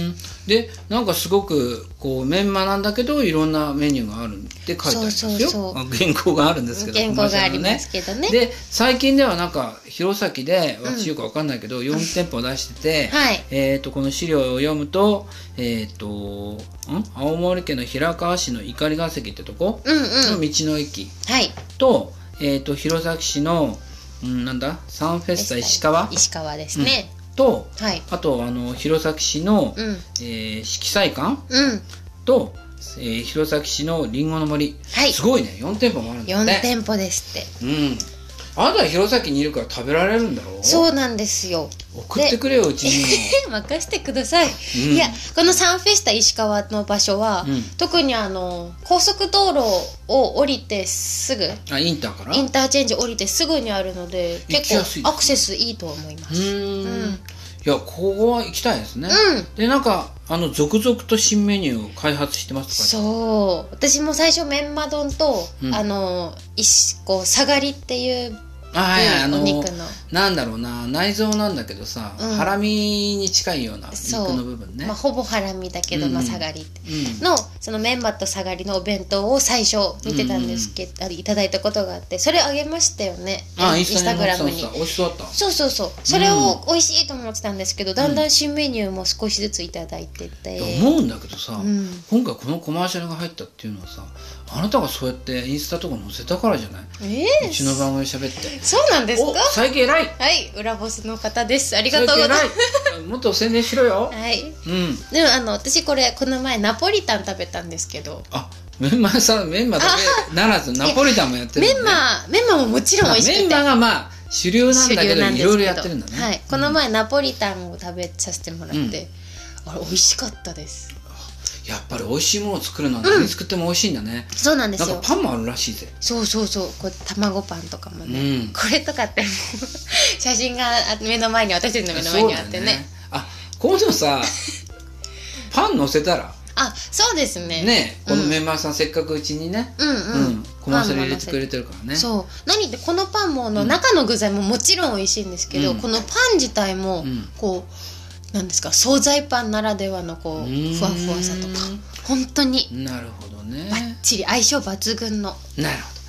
でなんかすごくこうメンマなんだけどいろんなメニューがあるって書いてありますよ。そうそうそう、原稿があるんですけど、 原稿がありますけどね。 で最近ではなんか弘前で私よく分かんないけど、うん、よんてんぽ出してて、はい、えー、とこの資料を読むと、えー、とん青森県の平川市の碇ヶ関ってとこの道の駅と、うんうん、はい、えー、と弘前市の、うん、なんだサンフェスタ石川石川ですね、 うん、と、はい、あとあの弘前市の、うん、えー、色彩館、うん、と、えー、弘前市のりんごの森、はい、すごいね、よんてんぽもあるんだって。 よんてんぽですって。うん、 あなたは弘前にいるから食べられるんだろう。 そうなんですよ。 送ってくれよ、うちにも任せてください、うん、いやこのサンフェスタ石川の場所は、うん、特にあの高速道路を降りてすぐ、 あ、インターからインターチェンジ降りてすぐにあるので結構アクセスいいと思います。うん、 うん、いやここは行きたいですね、うん、でなんかあの続々と新メニューを開発してますとか。 そう、私も最初メンマ丼と、うん、あの石こうサガリっていうあ、はいはい、あのなんだろうな、内臓なんだけどさ、うん、ハラミに近いような肉の部分ね、 まあ、ほぼハラミだけど、うん、まあ、サガリって、うん、のそのメンマとサガリのお弁当を最初見てたんですけど、うん、いただいたことがあって、それあげましたよね、 あインスタグラムに。美味しそうだった。 そうそうそう、それを美味しいと思ってたんですけど、だんだん新メニューも少しずついただいてて、 うん、思うんだけどさ、うん、今回このコマーシャルが入ったっていうのはさ、あなたがそうやってインスタとか載せたからじゃない、えー、うちの番組喋って。 そうなんですか。 最近偉い。 はい、裏ボスの方です。ありがとうございます。 もっと宣伝しろよ。 はい、うん、でもあの私これこの前ナポリタン食べたんですけど、 あ、メンマさん、メンマだけならずナポリタンもやってるんだね。 メンマ、メンマももちろん美味しくて、 メンマがまあ主流なんだけどいろいろやってるんだね。 はい、この前ナポリタンを食べさせてもらって、うん、あれ美味しかったです。 やっぱり美味しいものを作るのは何作っても美味しいんだね、 うん、そうなんですよ。 なんかパンもあるらしいぜ。 そうそうそう、これ卵パンとかもね、うん、これとかって写真が目の前に、私たちの目の前にあって ね, ねあ、今度さパン乗せたら、 あ、そうですね。 ね、このメンバーさん、うん、せっかくうちにね、うんうん、うん、コマーシャル入れてくれてるからね。 そう、何ってこのパンもの中の具材ももちろん美味しいんですけど、うん、このパン自体もこう、なんですか、惣菜パンならではのこうふわふわさとか、本当になるほどね、 バッチリ相性抜群の。 なるほ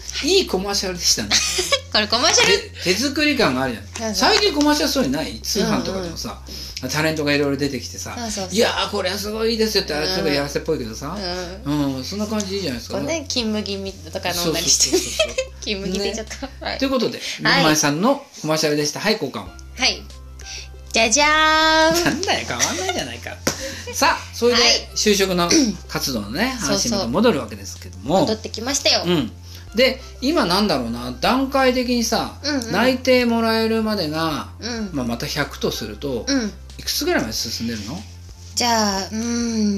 いいコマーシャルでしたね。 これコマーシャル手作り感があるじゃん。最近コマーシャルそういうのない？通販とかでもさ、うんうん、タレントがいろいろ出てきてさ、そうそうそう、いやーこれはすごいいいですよって、あれちょっとやらせっぽいけどさ、うん、うん、そんな感じいいじゃないですか。 こうね、金麦とか飲んだりして金麦でちょっと、ね、はい、 ということでみんまいさんのコマーシャルでした。はい、交換を。 はい、じゃじゃーん。 なんだよ、変わんないじゃないか。さあ、それで就職の活動のね、話に戻るわけですけども、 戻ってきましたよ。 うん、で今なんだろうな、段階的にさ、うんうん、内定もらえるまでが、うん、まあ、またひゃくとすると、うん、いくつぐらいまで進んでるの？ じゃあ、うん、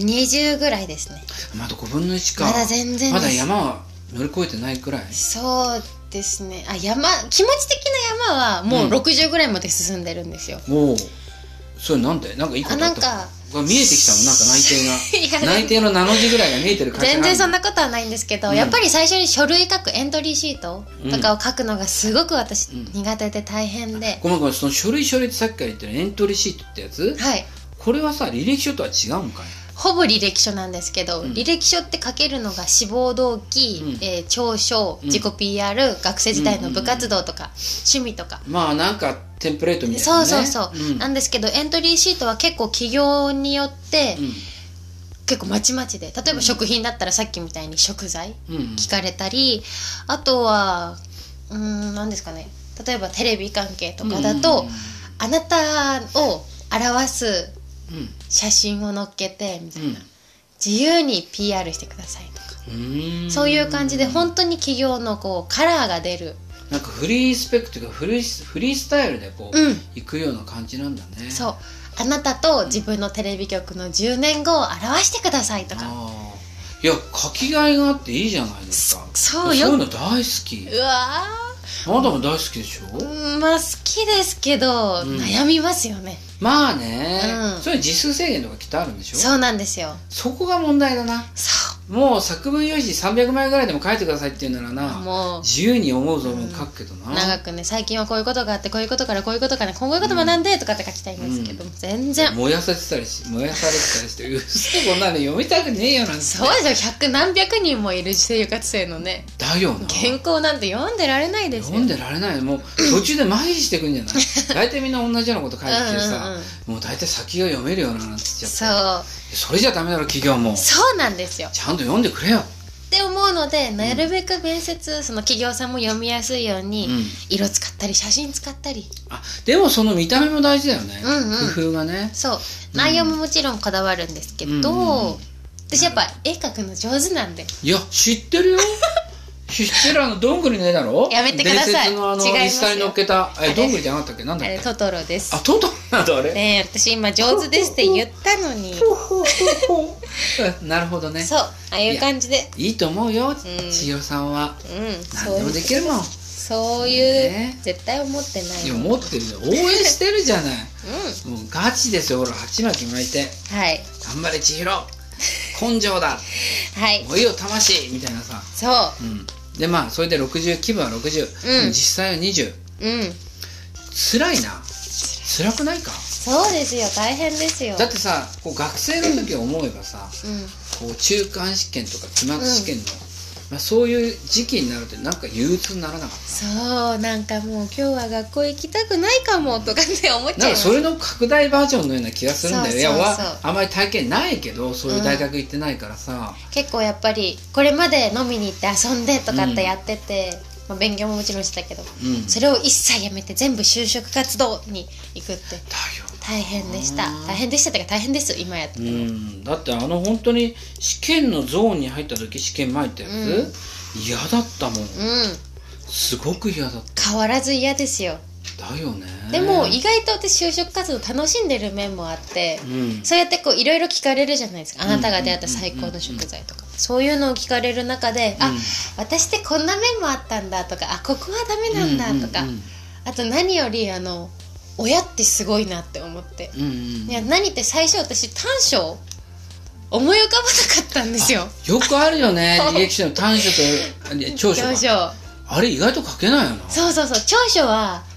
にじゅうぐらいですね。 まだごぶんのいちか。 まだ全然です。 まだ山は乗り越えてないくらい。 そうですね。あ、山、気持ち的な山はもうろくじゅうぐらいまで進んでるんですよ。 うん、おお、それなんで？なんかいいことあった？なんか見えてきたの？なんか内定が内定のなの字ぐらいが見えてる感じ。 全然そんなことはないんですけど、うん、やっぱり最初に書類書くエントリーシートとかを書くのがすごく私、うん、苦手で大変で。 ごめんごめん、その書類書類ってさっきから言ってるエントリーシートってやつ、 はい、 これはさ履歴書とは違うんかい？ ほぼ履歴書なんですけど、うん、履歴書って書けるのが志望動機、うん、えー、長所、うん、自己 ピーアール、学生時代の部活動とか、うんうんうん、趣味とか、 まあなんかテンプレートみたいなね。 そうそうそう、うん、なんですけどエントリーシートは結構企業によって、うん、結構まちまちで、例えば食品だったらさっきみたいに食材聞かれたり、うん、あとはうーん何ですかね、例えばテレビ関係とかだと、うん、あなたを表す写真を載っけてみたいな、うん、自由に ピーアール してくださいとか、うーん、そういう感じで本当に企業のこうカラーが出る、 なんかフリースペックというかフリー、フリースタイルでこう、うん、行くような感じなんだね。 そう、あなたと自分のテレビ局のじゅうねんごを表してくださいとか。 あ、いや書きがいがあっていいじゃないですか。 そうよ、 そういうの大好き。 うわー、あなたも大好きでしょ？ うん、まあ好きですけど、うん、悩みますよね。 まあね、うん、それ実数制限とかきっとあるんでしょ？ そうなんですよ。 そこが問題だな。 そう、 もう作文用紙さんびゃくまいぐらいでも書いてくださいっていうならな、もう自由に思う存分書くけどな、 うん、長くね、最近はこういうことがあってこういうことからこういうことからこういうこと学んでとかって書きたいんですけど、うん、全然燃やされてたりし燃やされてたりしてうっせこんなの読みたくねえよなんて。 そうですよ、百何百人もいる生活生のね、 だよな、 原稿なんて読んでられないですよ。 読んでられない。もう途中で麻痺してくんじゃない大体みんな同じようなこと書いてきてさ、うんうん、もう大体先が読めるよななんて言っちゃって、そう、それじゃダメだろ企業も。 そうなんですよ、 ちゃんと読んでくれよって思うので、なるべく面接、うん、その企業さんも読みやすいように、うん、色使ったり写真使ったり。 あ、でもその見た目も大事だよね、うんうん、工夫がね。 そう、内容ももちろんこだわるんですけど、うんうん、私やっぱ絵描くの上手なんで。 いや知ってるよ知ってる、あのどんぐりの絵だろ。 やめてください、 伝説のあのインスタに載っけたえどんぐりじゃなかったっけ、なんだっけ。 あれトトロです。 あ、トトロなんだあれ。 ねえ、私今上手ですって言ったのになるほどね。 そう、ああいう感じでい, いいと思うよ、千尋さんは、うん、何でもできるもん。 そういう、ね、絶対思ってない。 いや思ってるよ、応援してるじゃない、うん、もうガチですよ。ほら鉢巻き巻いて、はい、頑張れ千尋根性だはい、もういいよ魂みたいなさ。そう、うん、でまあそれでろくじゅう、気分はろくじゅう、うん、実際はにじゅう、うん、辛いな。辛くないか。 そうですよ、大変ですよ。 だってさ、こう学生の時を思えばさ、うん、こう中間試験とか期末試験の、うん、まあ、そういう時期になるとなんか憂鬱にならなかった。 そう、なんかもう今日は学校行きたくないかもとかって思っちゃいます。 なんかそれの拡大バージョンのような気がするんだよ。そうそうそう、いやわあまり体験ないけど、そういう大学行ってないからさ、 うん、結構やっぱりこれまで飲みに行って遊んでとかってやってて、うん、まあ、勉強ももちろんしてたけど、うん、それを一切やめて全部就職活動に行くって大変でした。大変でしたってか大変です今やっても。うん、 だってあの本当に試験のゾーンに入った時、試験前ってやつ、うん、嫌だったもん、うん、すごく嫌だった。 変わらず嫌ですよ。 だよね。 でも意外と私就職活動楽しんでる面もあって、うん、そうやってこういろいろ聞かれるじゃないですか。あなたが出会った最高の食材とか、そういうのを聞かれる中で、うん、あ、私ってこんな面もあったんだとか、あ、ここはダメなんだとか、うんうんうん、あと何よりあの親ってすごいなって思って、うんうん、いや何って最初私短所思い浮かばなかったんですよ。 よくあるよね履歴書の短所と長所が。長所あれ意外と書けないよな。 そうそうそう、長所は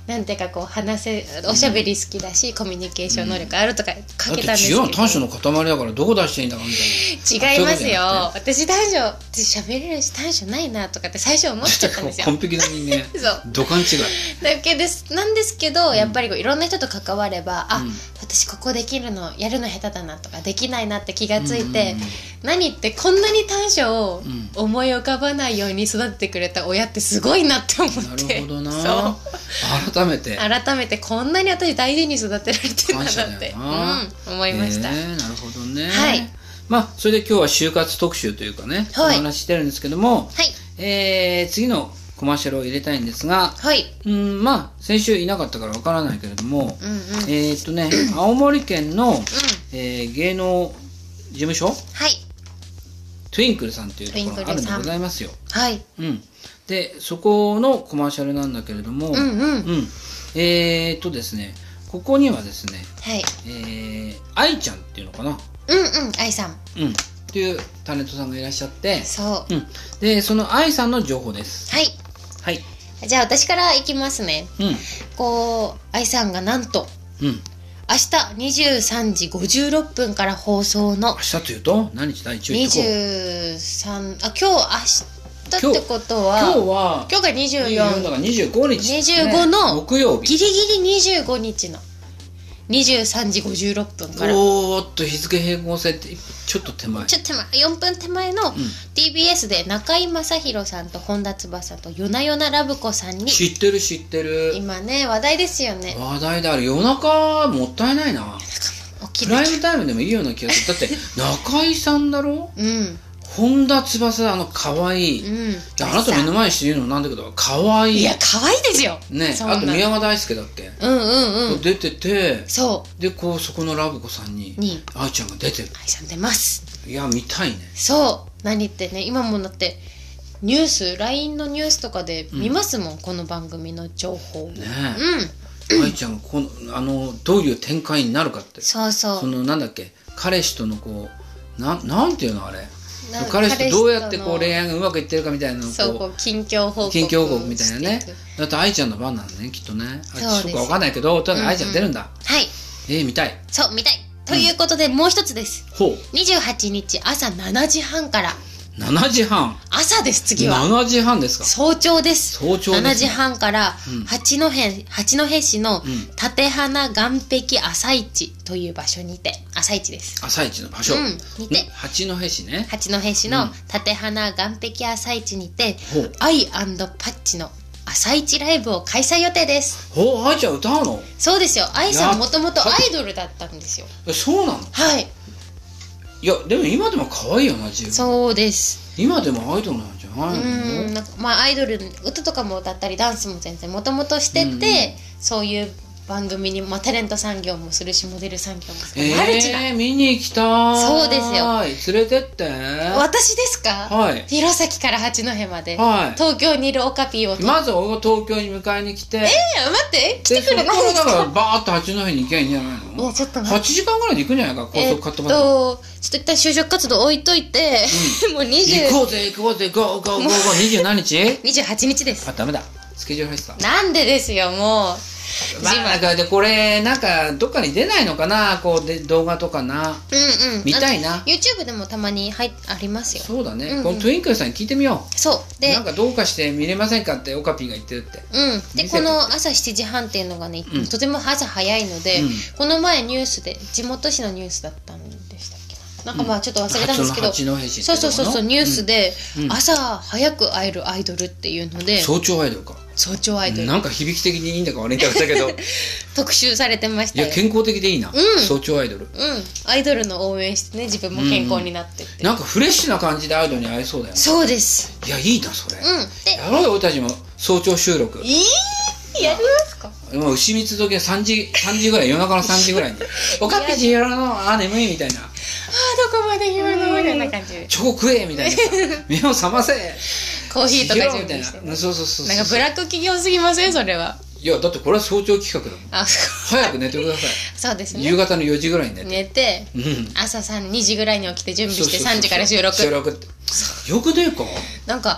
なんていうかこう話せおしゃべり好きだし、うん、コミュニケーション能力あるとかかけたんですけど、 だって違う短所の塊だからどこ出していいんだかみたいな違いますよ。私短所ってしゃべれるし短所ないなとかって最初思っちゃったんですよ。 完璧な人間そう土管違いだけですなんですけど、やっぱりこういろんな人と関われば、うん、あ私ここできるのやるの下手だなとかできないなって気がついて、うんうんうん、何ってこんなに短所を思い浮かばないように育ててくれた親ってすごいなって思って、 なるほどなそう改めて改めてこんなに私大事に育てられてるんだって、うん、思いました、えー、なるほどね。 はい、 まあそれで今日は就活特集というかね、はい、お話ししてるんですけども、はい、えー、次のコマーシャルを入れたいんですが、はい、うんまあ先週いなかったからわからないけれども、うんうん、えー、っとね青森県の、うんえー、芸能事務所、はい、トゥインクルさんというところがあるんでございますよ。はい、うん、でそこのコマーシャルなんだけれども、うんうんうん、えー、っとですねここにはですね、はいえー、愛ちゃんっていうのかな、 うんうん愛さん、 うん、っていうタレントさんがいらっしゃって、そう、うん、でその愛さんの情報です。 はいはい、じゃあ私からいきますね、うん、こう愛さんがなんと、うん、明日にじゅうさんじごじゅうろっぷんから放送の明日というと何日だ一応言ってこうにじゅうさんあ今日明日ってことは今日は今日がにじゅうよんだからにじゅうごにち、ね、 にじゅうごの木曜日ギリギリにじゅうごにちのにじゅうさんじごじゅうろっぷんからおーっと日付並行性ってちょっと手前ちょっと手前よんぷん手前の ティービーエス で中居正広さんと本田翼と夜な夜なラブ子さんに知ってる知ってる今ね話題ですよね。 話題である夜中もったいないなプライムタイムでもいいような気がするだって中居さんだろうん本田翼あの可愛い、うん、いやあなた目の前にして言うのなんだけど可愛いいや可愛いですよね。あと宮川大輔だっけうんうんうん出ててそうでこうそこのラブ子さんに愛ちゃんが出てる愛さん出ますいや見たいね。 そう何ってね今もだってニュース ライン のニュースとかで見ますもん、うん、この番組の情報ねえ、うん、愛ちゃんがこのあのどういう展開になるかってそうそうそのなんだっけ彼氏とのこうななんていうのあれ彼氏とどうやってこう恋愛がうまくいってるかみたいなのをそうこう近況報告近況報告みたいなね。だって愛ちゃんの番なのねきっとね。そうです。分かんないけどとにかく愛ちゃん出るんだ、うんうん、はいえー、見たいそう見たいということで、うん、もう一つです。ほうにじゅうはちにち朝しちじはんからしちじはん朝です。次はしちじはんですか。 早朝です早朝です、ね、 しちじはんから、うん、八戸八戸市の立花岸壁朝市という場所にて朝市です朝市の場所、うん、にて八戸市ね八戸市の立花岸壁朝市にて、うん、アイ&パッチの朝市ライブを開催予定です。 ほう愛ちゃん歌うの。 そうですよ愛さんもともとアイドルだったんですよ。 そうなの。 はいいやでも今でも可愛いよな自分。 そうです今でもアイドルなんじゃないの。 うんなんかまあアイドル歌とかも歌ったりダンスも全然もともとしてて、うんうん、そういう番組に、まあ、タレント産業もするしモデル産業もする、 えー、マルチな見に行きたい。 そうですよ連れてって私ですか。はい弘前から八戸まで、はい、東京にいるオカピーをまず東京に迎えに来てえー、待って来てくれないですか。 だからバーッと八戸に行けばいいんじゃないの。いやちょっと待ってはちじかんぐらいで行くんじゃないか高速カットまで。えー、っとちょっと一旦就職活動置いといて、うん、もうにじゅう行こうぜ行こうぜゴーゴーゴーゴーにじゅう何日にじゅうはちにちです。 あダメだスケジュール入ってた。 なんでですよもうまあ、なんかでこれなんかどっかに出ないのかなこうで動画とかな、うんうん、見たいな。 YouTube でもたまに入ありますよ。 そうだね、うんうん、このトゥインクルさんに聞いてみよう。そうでなんかどうかして見れませんかってオカピーが言ってるって。 うんでこの朝しちじはんっていうのがね、うん、とても朝早いので、うん、この前ニュースで地元紙のニュースだったんでしたっけな。なんかまあちょっと忘れたんですけど、うん、そうそうそうそうニュースで、うん、朝早く会えるアイドルっていうので早朝アイドルか早朝アイドルなんか響き的にいいんだか悪いんだかだけど特集されてましたよ。 いや健康的でいいな、うん、早朝アイドルうんアイドルの応援してね自分も健康になってって、 うん、なんかフレッシュな感じでアイドルに会えそうだよね。 そうです。 いやいいなそれ、うん、でやろうよ俺たちも早朝収録。 いいやりますか。 もう牛蜜時さんじさんじぐらい夜中のさんじぐらいにおかっぴちやらのあ眠いみたいなあどこまで言うのみたいな感じでチョコ食えみたいな目を覚ませコーヒーとか準備して、ね、 そうそうそうそうなんかブラック企業すぎませんそれは。 いやだってこれは早朝企画だもん。あ早く寝てくださいそうですね夕方のよじぐらいに寝て寝て、うん、朝さんにじぐらいに起きて準備してさんじから収録収録ってよくねえか。 なんか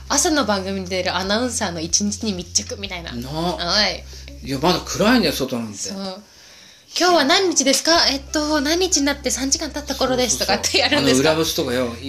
朝の番組に出るアナウンサーの一日に密着みたいな。はい。 いやまだ暗いんだよ外なんて。そう。 今日は何日ですか？えっと何日になってさんじかん経った頃ですとかってやるんですか？ あの裏ブスとかよ、はい、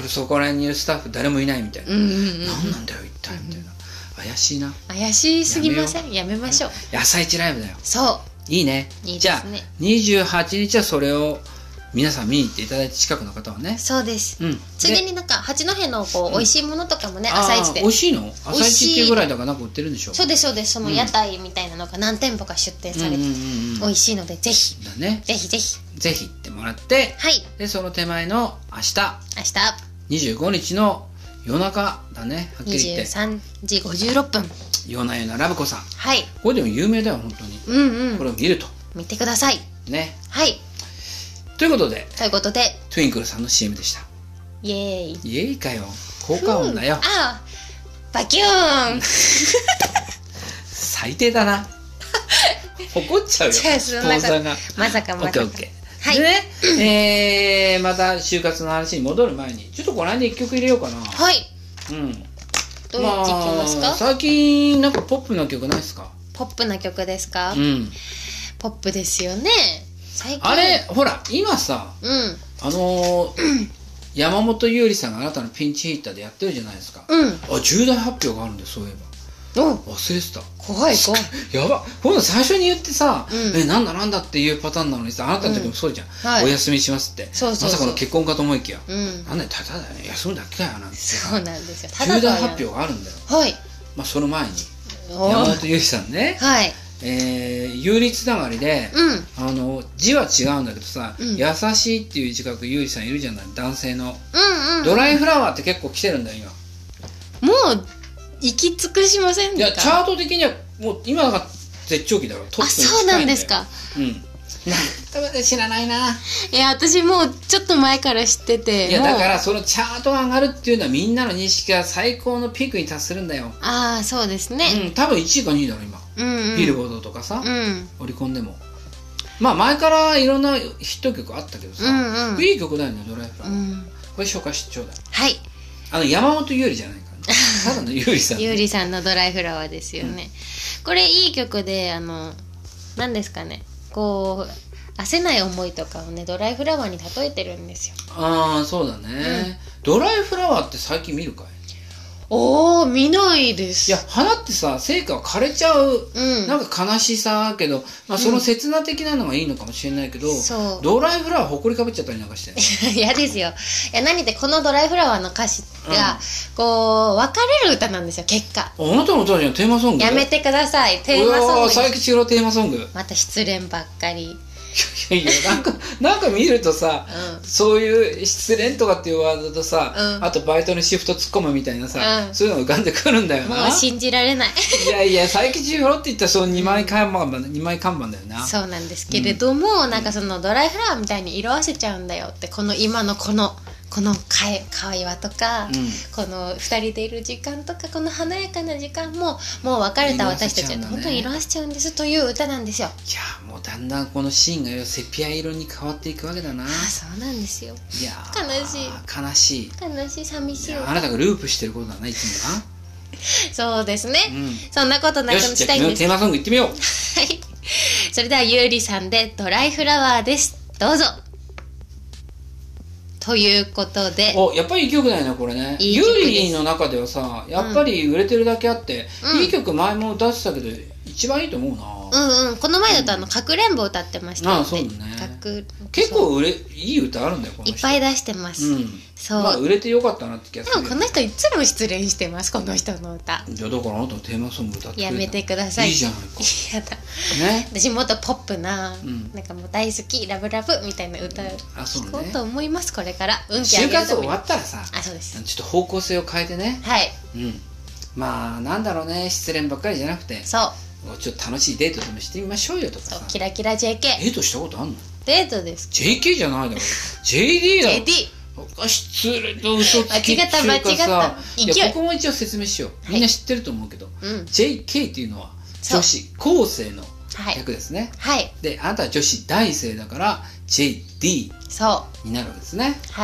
そこら辺にいるスタッフ誰もいないみたいな。うんうんうん、何なんだよ一体みたいな。怪しいな。 怪しすぎません？やめましょう。 朝一ライブだよ。 そう。 いいね。いいですね。じゃあにじゅうはちにちはそれを皆さん見に行っていただいて、近くの方はね。 そうです。うん、ついでになんか八戸のこう美味しいものとかもね、朝一で。 美味しいの？朝一っていうぐらいだからなんか売ってるんでしょ？ そうですそうです。その屋台みたいなのが何店舗か出店されて美味しいので、ぜひだね。ぜひぜひぜひ行ってもらって、はい。でその手前の明日明日にじゅうごにちの夜中だね。はっきり言って。にじゅうさんじごじゅうろっぷん。 夜な夜なラブコさん。 はい。 これでも有名だよ本当に。うんうん。これを見ると。 見てください。 ね。 はい。 ということで、 ということで、 トゥインクルさんの シーエム でした。 イエーイ。 イエーイかよ。効果音だよ。 ああ、バキューン。 最低だな。怒っちゃうよ。スポンサーが。 まさかまさか。 オッケーオッケー。はい。でね、えー、また就活の話に戻る前に、ちょっとこの間一曲入れようかな。 はい。 うん。 どうやっていきますか？ 最近なんかポップな曲ないですか？ ポップな曲ですか？ うん。 ポップですよね。最近あれほら今さ、 うん、 あのー、山本優里さんがあなたのピンチヒッターでやってるじゃないですか。 うん、 あ重大発表があるんだよそういえば。忘れてた。 怖い怖い。 やば。ほんと最初に言ってさ、うん、えなんだなんだっていうパターンなのにさ、あなたの時もそうじゃん。うんはい、お休みしますって。そうそうそうまさかの結婚かと思いきや、うん、なんだよただだよね休むだけだよなんて。 そうなんですよ。 重大発表があるんだよ。 はい。 まあその前に山本優里さんね。 はい。 えー、有利つながりで、 うん、あの字は違うんだけどさ、うん、優しいっていう字書く優里さんいるじゃない男性の、 うんうんうん、 ドライフラワーって結構来てるんだよ今。もう行き尽くしませんか？ いやチャート的にはもう今が絶頂期だろ。トップに近いんだよ。あそうなんですか。うんなんか知らないな。 いや私もうちょっと前から知ってて。 いやだからそのチャートが上がるっていうのはみんなの認識が最高のピークに達するんだよ。 ああそうですね。 うん多分いちいかにいだろ今、うんうん、ビルボードとかさ、 うん、 オリコンでもまあ前からいろんなヒット曲あったけどさ、うんうん、いい曲だよねドライフラワー、うん、これ紹介してちょうだい。 はいあの山本優里じゃないからねただの優里さん、ね、 優里さんのドライフラワーですよね、うん、これいい曲であの何ですかねこう焦せない思いとかをねドライフラワーに例えてるんですよ。 ああそうだね、うん、ドライフラワーって最近見るかい？ おー見ないです。 いや花ってさ生花は枯れちゃう、うん、なんか悲しさけど、まあ、その刹那的なのがいいのかもしれないけど、うん、ドライフラワーほこりかぶっちゃったりなんかして嫌ですよ。いや何ってこのドライフラワーの歌詞が、うん、こう別れる歌なんですよ結果。 あなたの歌じゃんテーマソング。 やめてくださいテーマソング。 佐伯千尋テーマソング。 また失恋ばっかり。 いやいやなんかなんか見るとさ、うん、そういう失恋とかっていうワードとさ、うん、あとバイトにシフト突っ込むみたいなさ、うん、そういうのが浮かんでくるんだよな。 もう信じられないいやいや佐伯千尋って言ったらそのにまい看板、うん、にまい看板だよな。 そうなんですけれども、うん、なんかそのドライフラワーみたいに色あせちゃうんだよってこの今のこのこの会話とか、うん、このふたりでいる時間とかこの華やかな時間ももう別れた私たちは、ね、本当に色あせちゃうんですという歌なんですよ。 いやもうだんだんこのシーンがよセピア色に変わっていくわけだな。あそうなんですよ。 いや悲しい悲しい悲しい寂しい。 あなたがループしてることだな、いつもなそうですね、うん、そんなことなくしたいんです。 テーマソングいってみようはいそれではゆうりさんでドライフラワーです。どうぞ。ということでおやっぱりいい曲だよねこれね。いいゆうりの中ではさやっぱり売れてるだけあって、うん、いい曲前も歌ってたけど一番いいと思うな。 うんうんこの前だとあのかくれんぼ歌ってましたよね。 ああそうだね。結構売れいい歌あるんだよこの人。 いっぱい出してます、うん、そうまあ売れてよかったなって気がする。 でもこの人いつも失恋してますこの人の歌。 いやだからあなたのテーマソング歌ってくれた。 やめてください。 いいじゃないか。 やだね。私もっとポップな、うん、なんかもう大好きラブラブみたいな歌を聴こうと思いますこれから。運気上げるために。就活終わったらさあそうですちょっと方向性を変えてね。 はい、 うん、まあなんだろうね失恋ばっかりじゃなくてそうちょっと楽しいデートでもしてみましょうよとかさ。 そうキラキラ ジェーケーデートしたことあんの？ デートです。 ジェーケー じゃないだろジェーディー だろジェーディー失礼と嘘つきっていうかさ間違った間違った。 いやここも一応説明しよう、はい、みんな知ってると思うけど、うん、ジェーケー っていうのは女子高生の略ですね。 はい、 であなたは女子大生だから ジェーディー になるわけですね。 はい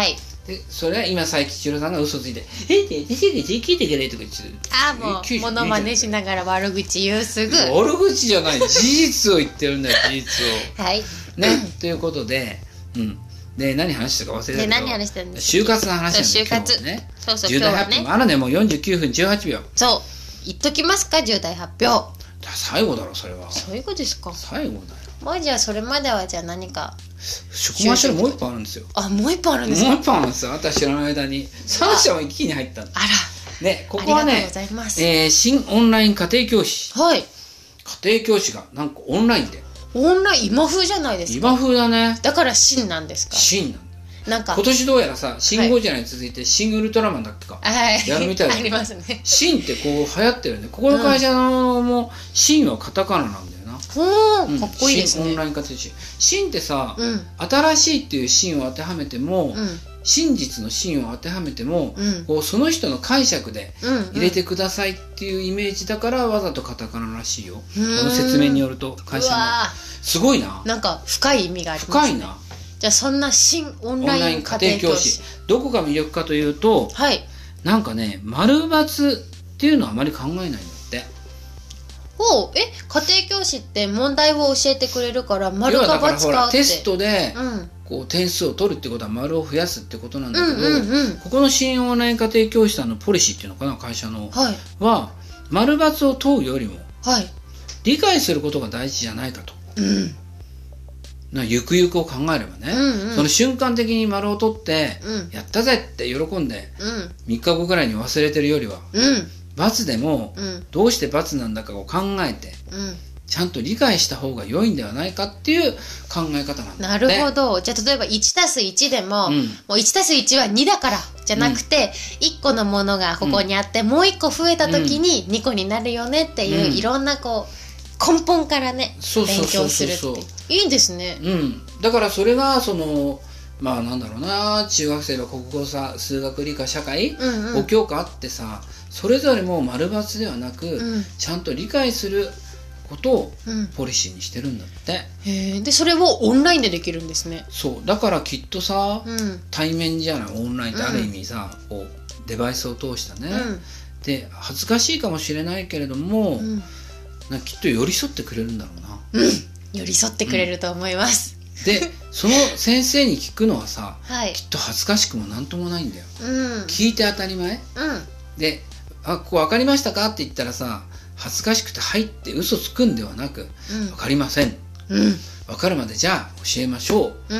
でそれは今佐伯千代さんが嘘ついて「えっえ私が聞いてくれ」とか言ってああもうモノマネしながら悪口言うすぐ悪口じゃない事実を言ってるんだよ事実をはいね、うん、ということでうんで何話したか忘れたけど、 何話したんです就活の話なんだよ就活ねそうそう重大発表まだねもうよんじゅうきゅうふんじゅうはちびょうそう言っときますか重大発表最後だろそれは最後ですか最後だよもうじゃあそれまではじゃあ何かコマーシャルもう一本あるんですよあもう一本あるんですかもう一本あるんですよ私知らない間にさん社も一気に入ったのあらねここはねありがとうございます、 えー、新オンライン家庭教師はい家庭教師がなんかオンラインでオンライン今風じゃないですか今風だねだから新なんですか新なんだなんか今年どうやらさ新ゴジラに続いて新ウルトラマンだっけか、 はい、 やるみたいだ、 ね、ありますね新ってこう流行ってるねここの会社のも新はカタカナなんだよな、 うん、かっこいいですね新オンライン家庭教師新ってさ、 うん、 新しいっていう新を当てはめても、 うん、 真実の真を当てはめても、 うん、 こうその人の解釈で入れてくださいっていうイメージだからわざとカタカナらしいよこの説明によると会社のすごいななんか深い意味がありますね深いなじゃあそんな新オンライン家庭教師どこが魅力かというと、 はい、 なんかね丸×っていうのはあまり考えないんだっておえ家庭教師って問題を教えてくれるから丸か×かってほらテストで、 うんこう点数を取るってことは丸を増やすってことなんだけど、 うんうんうん、 ここの新オンライン家庭教師さんのポリシーっていうのかな会社の、 はい、 は丸×を問うよりも、 はい、 理解することが大事じゃないかと、 うん、 なゆくゆくを考えればね、 うんうん、 その瞬間的に丸を取って、 うん、 やったぜって喜んで、 うん、 みっかごぐらいに忘れてるよりは、 うん、 ×でも、 うん、 どうして×なんだかを考えて、 うんちゃんと理解した方が良いんではないかっていう考え方なんだなるほど。じゃあ例えばいちたすいちでも、 うん、 もういちたすいちはにだからじゃなくて、うん、いっこのものがここにあって、うん、もういっこ増えた時ににこになるよねっていう、うん、いろんなこう根本からね勉強するっていいんですね。 うん、だからそれがそのまあなんだろうな中学生の国語さ数学理科社会、うんうん、ご教科あってさそれぞれも丸×ではなく、うん、ちゃんと理解することをポリシーにしてるんだって、 うん、へでそれをオンラインでできるんですね。 そうだからきっとさ、 うん、 対面じゃないオンラインってある意味さ、うん、こうデバイスを通したね、うん、で恥ずかしいかもしれないけれども、うん、なんかきっと寄り添ってくれるんだろうな、 うん、寄り添ってくれると思います、 うん、でその先生に聞くのはさ、 はい、 きっと恥ずかしくもなんともないんだよ、 うん、 聞いて当たり前、 うん、 であここ分かりましたかって言ったらさ恥ずかしくて入って嘘つくんではなく、うん、分かりません、 うん、 分かるまでじゃあ教えましょう、 うん、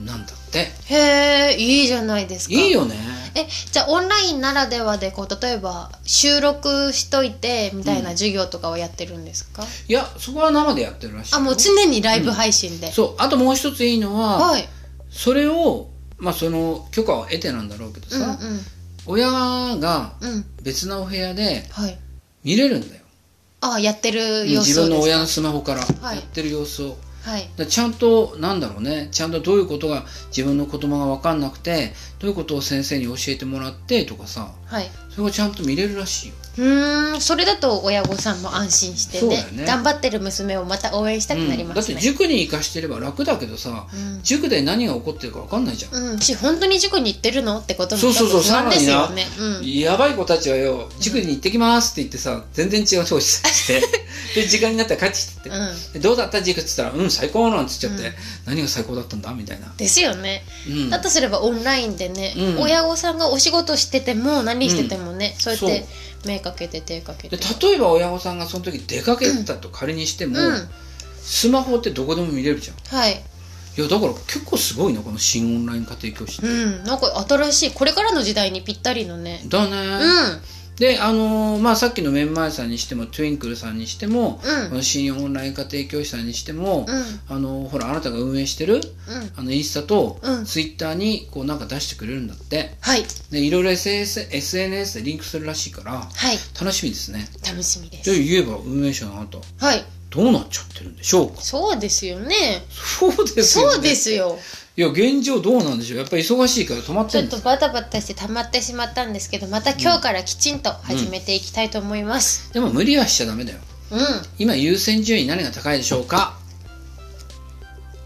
なんだってへえいいじゃないですか。 いいよね。 えじゃあオンラインならではでこう例えば収録しといてみたいな授業とかはやってるんですか、うん、 いやそこは生でやってるらしいよ。 あもう常にライブ配信で、 うん、そうあともう一ついいのは、 はい、 それをまあその許可を得てなんだろうけどさ、 うんうん、 親が別のお部屋で見れるんだよ、 はい、あやってる様子をですか。 自分の親のスマホからやってる様子を、はい、だちゃんとなんだろうねちゃんとどういうことが自分の子供が分かんなくてどういうことを先生に教えてもらってとかさ、 はい、 それがちゃんと見れるらしいよ。 うーんそれだと親御さんも安心して ね, ね頑張ってる娘をまた応援したくなりますね、 うん、だって塾に行かしてれば楽だけどさ、うん、塾で何が起こってるか分かんないじゃん、 うん、し本当に塾に行ってるのってことも多分不安ですよね。 うん、やばい子たちはよ塾に行ってきますって言ってさ全然違う教師してで時間になったら帰ってきてって、うん、どうだった塾って言ったらうん最高なんて言っちゃって、うん、何が最高だったんだみたいなですよね、うん、だとすればオンラインでね、 うん、 親御さんがお仕事してても何しててもね、うん、そうやって目かけて手かけてで例えば親御さんがその時出かけてたと仮にしても、うん、スマホってどこでも見れるじゃん。 はいいやだから結構すごいなこの新オンライン家庭教師って、 うん、なんか新しいこれからの時代にぴったりのねだね、 うんであのーまあ、さっきのメンマイさんにしてもトゥインクルさんにしても、 うん、 この新オンライン家庭教師さんにしても、 うんあのー、ほらあなたが運営してる、 うん、 あのインスタと、 うん、 ツイッターにこうなんか出してくれるんだって、 はい、 でいろいろ エスエヌエス でリンクするらしいから、 はい、 楽しみですね。 楽しみです。 じゃあ言えば運営者のあなた、 はい、 どうなっちゃってるんでしょうか。 そうですよね。 そうですよね。 そうですよ。 いや現状どうなんでしょう。やっぱり忙しいから止まってるんですちょっとバタバタして溜まってしまったんですけどまた今日からきちんと始めていきたいと思います、 うんうん、でも無理はしちゃダメだよ、 うん、 今優先順位何が高いでしょうか。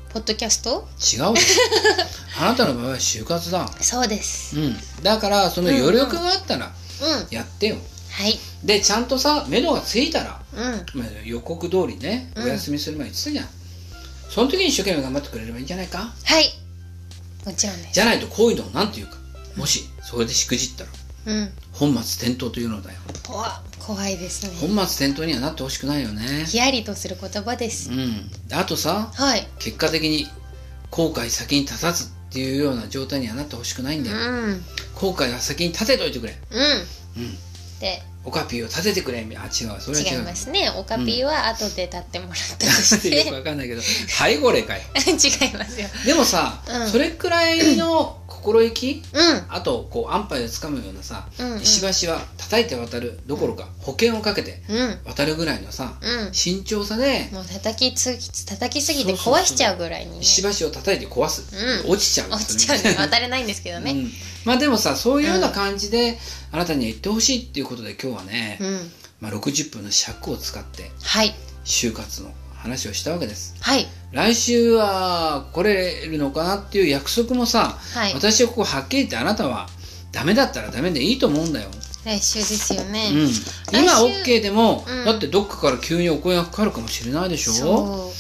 ポッドキャスト違うあなたの場合は就活だ。 そうです、 うん、だからその余力があったらやってよ、うんうん、 はい。 でちゃんとさ目処がついたら、 うん、 まあ、予告通りねお休みする前に言ってたじゃん、うん、その時に一生懸命頑張ってくれればいいんじゃないか。 はい、もちろんです。 じゃないとこういうのをなんていうか、もしそれでしくじったら、うん、本末転倒というのだよ。 怖怖いですね。 本末転倒にはなってほしくないよね。 ヒヤリとする言葉です。 うん、あとさ、 はい、 結果的に後悔先に立たずっていうような状態にはなってほしくないんだよ、うん、後悔は先に立てといてくれ。 うん、うん、でオカピーを立ててくれ。あ、違う、それは違う。 違いますね。オカピーは後で立ってもらったとして、 うん、よくわかんないけど背後霊かい違いますよ。 でもさ、うん、それくらいの心意気、 うん、 あとこう安牌で掴むようなさ、うんうん、石橋は叩いて渡るどころか、保険をかけて渡るぐらいのさ、うん、慎重さでもう叩きつ叩きすぎて壊しちゃうぐらいに、ね、 石橋を叩いて壊す、うん、落ちちゃう落ちちゃうね。渡れないんですけどね、うん、 まあでもさ、そういうような感じで、うん、あなたには言ってほしいっていうことで今日はね、うん、まあ、ろくじゅっぷんの尺を使って就活の話をしたわけです、はい、来週は来れるのかなっていう約束もさ、はい、私はここはっきり言ってあなたはダメだったらダメでいいと思うんだよ。 来週ですよね、 うん、今 OK でも、うん、だってどっかから急にお声がかかるかもしれないでしょ。そう、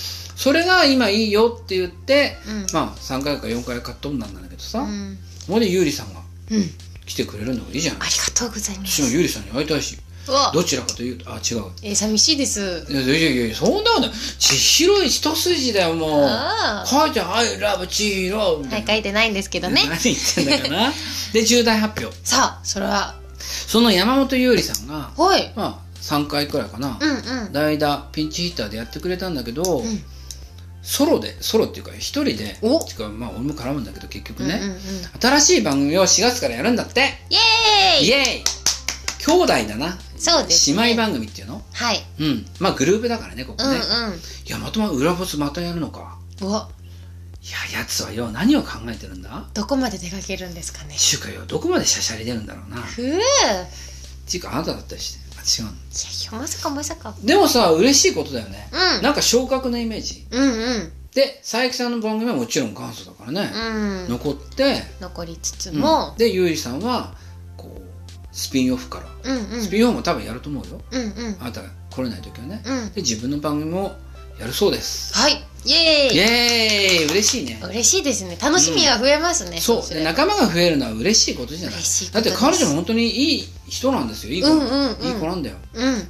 それが今いいよって言って、うん、まあさんかいかよんかいカットオンなんだけどさ、うん、ここでゆうりさんが来てくれるのがいいじゃない、 うん、ありがとうございます。 私もゆうりさんに会いたいし、どちらかというと、あ、違う、 えー、寂しいです。 いやいやいや、そんなことない。千尋一筋だよ、もう。書いてある、I love 千尋。 はい、書いてないんですけどね。 何言ってんだかな。で、重大発表。 さあ、それはその山本優里さんが、 はい、 まあさんかいくらいかな、 うんうん、 代打ピンチヒッターでやってくれたんだけど、うん、ソロでソロっていうか一人で、 おてかまあ俺も絡むんだけど結局ね、うんうんうん、新しい番組をしがつからやるんだって。 イエーイイエーイ。兄弟だな。 そうですね、 姉妹番組っていうの。 はい、 うん、まあグループだからねここね、 うんうん、いやまとま裏ボスまたやるのか。 うわ、 いや、やつはよ何を考えてるんだ。 どこまで出かけるんですかね。 ちゅうかよ、どこまでシャシャリ出るんだろうな。 ふうっていうかあなただったりして。あ、違うの。いやいや、まさかまさか。 でもさ、嬉しいことだよね、 うん、 なんか昇格のイメージ。 うんうん。 で佐伯さんの番組はもちろん元祖だからね、うん、残って残りつつも、 うん、でゆうりさんはこうスピンオフから、うんうん、スピンオフも多分やると思うよ、うんうん、あなたが来れない時はね、うん、で自分の番組もやるそうです。 はい、イエーイイエーイ。嬉しいね。 嬉しいですね。楽しみが増えますね、うん、 そうで仲間が増えるのは嬉しいことじゃない。だって彼女も本当にいい人なんですよ。いい子、うんうんうん、いい子なんだよ、うんうん、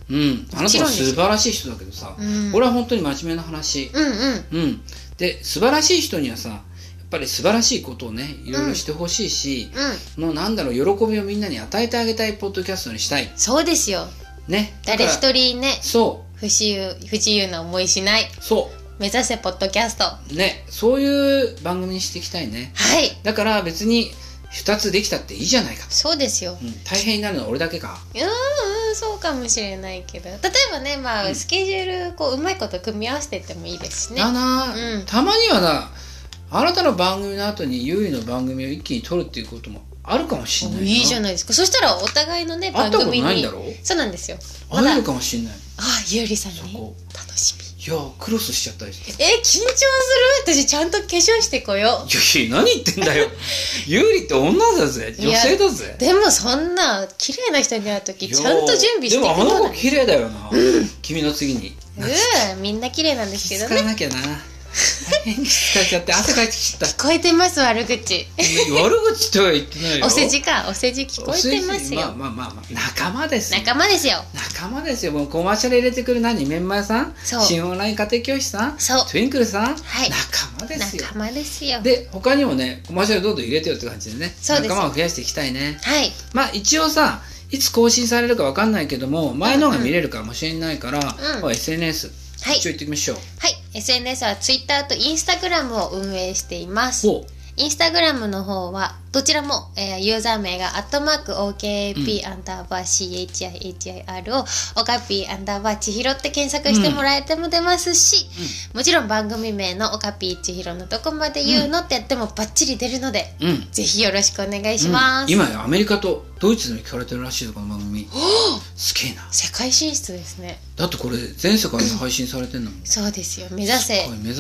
あなたは素晴らしい人だけどさ、うん、俺は本当に真面目な話、うんうんうん、で素晴らしい人にはさやっぱり素晴らしいことをねいろいろしてほしいし、うん、もうなんだろう、喜びをみんなに与えてあげたいポッドキャストにしたい。 そうですよね。誰一人ね、 そう不自由不自由な思いしない、 そう目指せポッドキャストね、そういう番組にしていきたいね。 はい。 だから別にふたつできたっていいじゃないかと。 そうですよ、 うん、大変になるのは俺だけか。 うんうん、そうかもしれないけど、例えばね、まあ、うん、スケジュールこううまいこと組み合わせていってもいいですしね。 だな、うん、たまにはな、あなたの番組の後に優位の番組を一気に撮るっていうこともあるかもしれないな。 いいじゃないですか。そしたらお互いのね番組に。 会ったことないんだろう。 そうなんですよ。 会えるかもしれない。 ああ、優里さんに楽しみ。 いやクロスしちゃったりして。 え、緊張する。私ちゃんと化粧してこよう。いやいや、何言ってんだよ。優里って女だぜ、女性だぜ。 でもそんな綺麗な人に会う時ちゃんと準備してくる。 でもあの子綺麗だよな、うん、君の次に。 うん、みんな綺麗なんですけどね。 気づかなきゃな。大変に疲れちゃって汗かいてきちゃった。 聞こえてます、悪口。 悪口とは言ってないよ。 お世辞か、お世辞聞こえてますよ。 まあまあまあまあ、仲間ですよ。 仲間ですよ。 仲間ですよ。もうコマーシャル入れてくる何、メンマさん、新オンライン家庭教師さん、 そう、 トゥインクルさん、 はい、 仲間ですよ。 仲間ですよ。 で、他にもね、コマーシャルどんどん入れてよって感じでね、仲間を増やしていきたいね。 はい。 まあ一応さ、いつ更新されるかわかんないけども、前のが見れるかもしれないから、うん、エスエヌエス、はい、一応言っておきましょう。 はい、エスエヌエス は Twitter と Instagram を運営しています。インスタグラムの方はどちらも、えー、ユーザー名がアットマーク オーケーピー アンダーバー シーエイチアイエイチアイアール をオカピーアンダーバー千尋って検索してもらえても出ますし、うん、もちろん番組名のオカピー千尋のどこまで言うのってやってもバッチリ出るので、うん、ぜひよろしくお願いします、 うん、今アメリカとドイツでも聞かれてるらしいぞこの番組。すげえな。 世界進出ですね。 だってこれ全世界に配信されてんのもん。 そうですよ。目指せ目指せ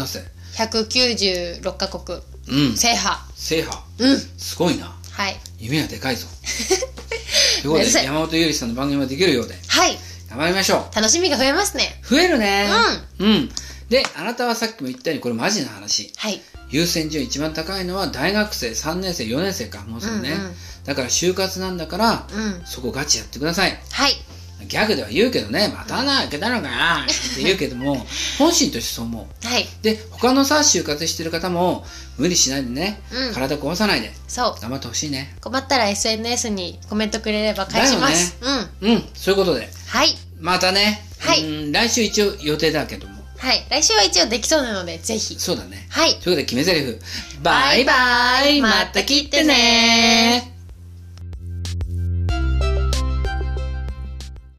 ひゃくきゅうじゅうろっかこく、うん、制覇制覇、 うん、 すごいな。 はい。 夢はでかいぞ。ということで山本ゆりさんの番組もできるようで、 はい、 頑張りましょう。楽しみが増えますね。 増えるね。うん、うん。で、あなたはさっきも言ったようにこれマジな話。はい。優先順位一番高いのは大学生さんねん生よねん生かもうすぐね、うんうん、だから就活なんだから、うん、そこガチやってください。 はい。 ギャグでは言うけどね、またな、いけたのかなって言うけども、本心としてそう思う。はい。で、他のさ、就活してる方も、無理しないでね、うん、体壊さないで、そう。頑張ってほしいね。 困ったら エスエヌエス にコメントくれれば返します。 だよね。うん。うん、そういうことで。 はい。 またね、はい。うん、来週一応予定だけども。 はい。来週は一応できそうなので、ぜひ。 そうだね。 はい。 ということで、決め台詞。バイバイ、また来てね。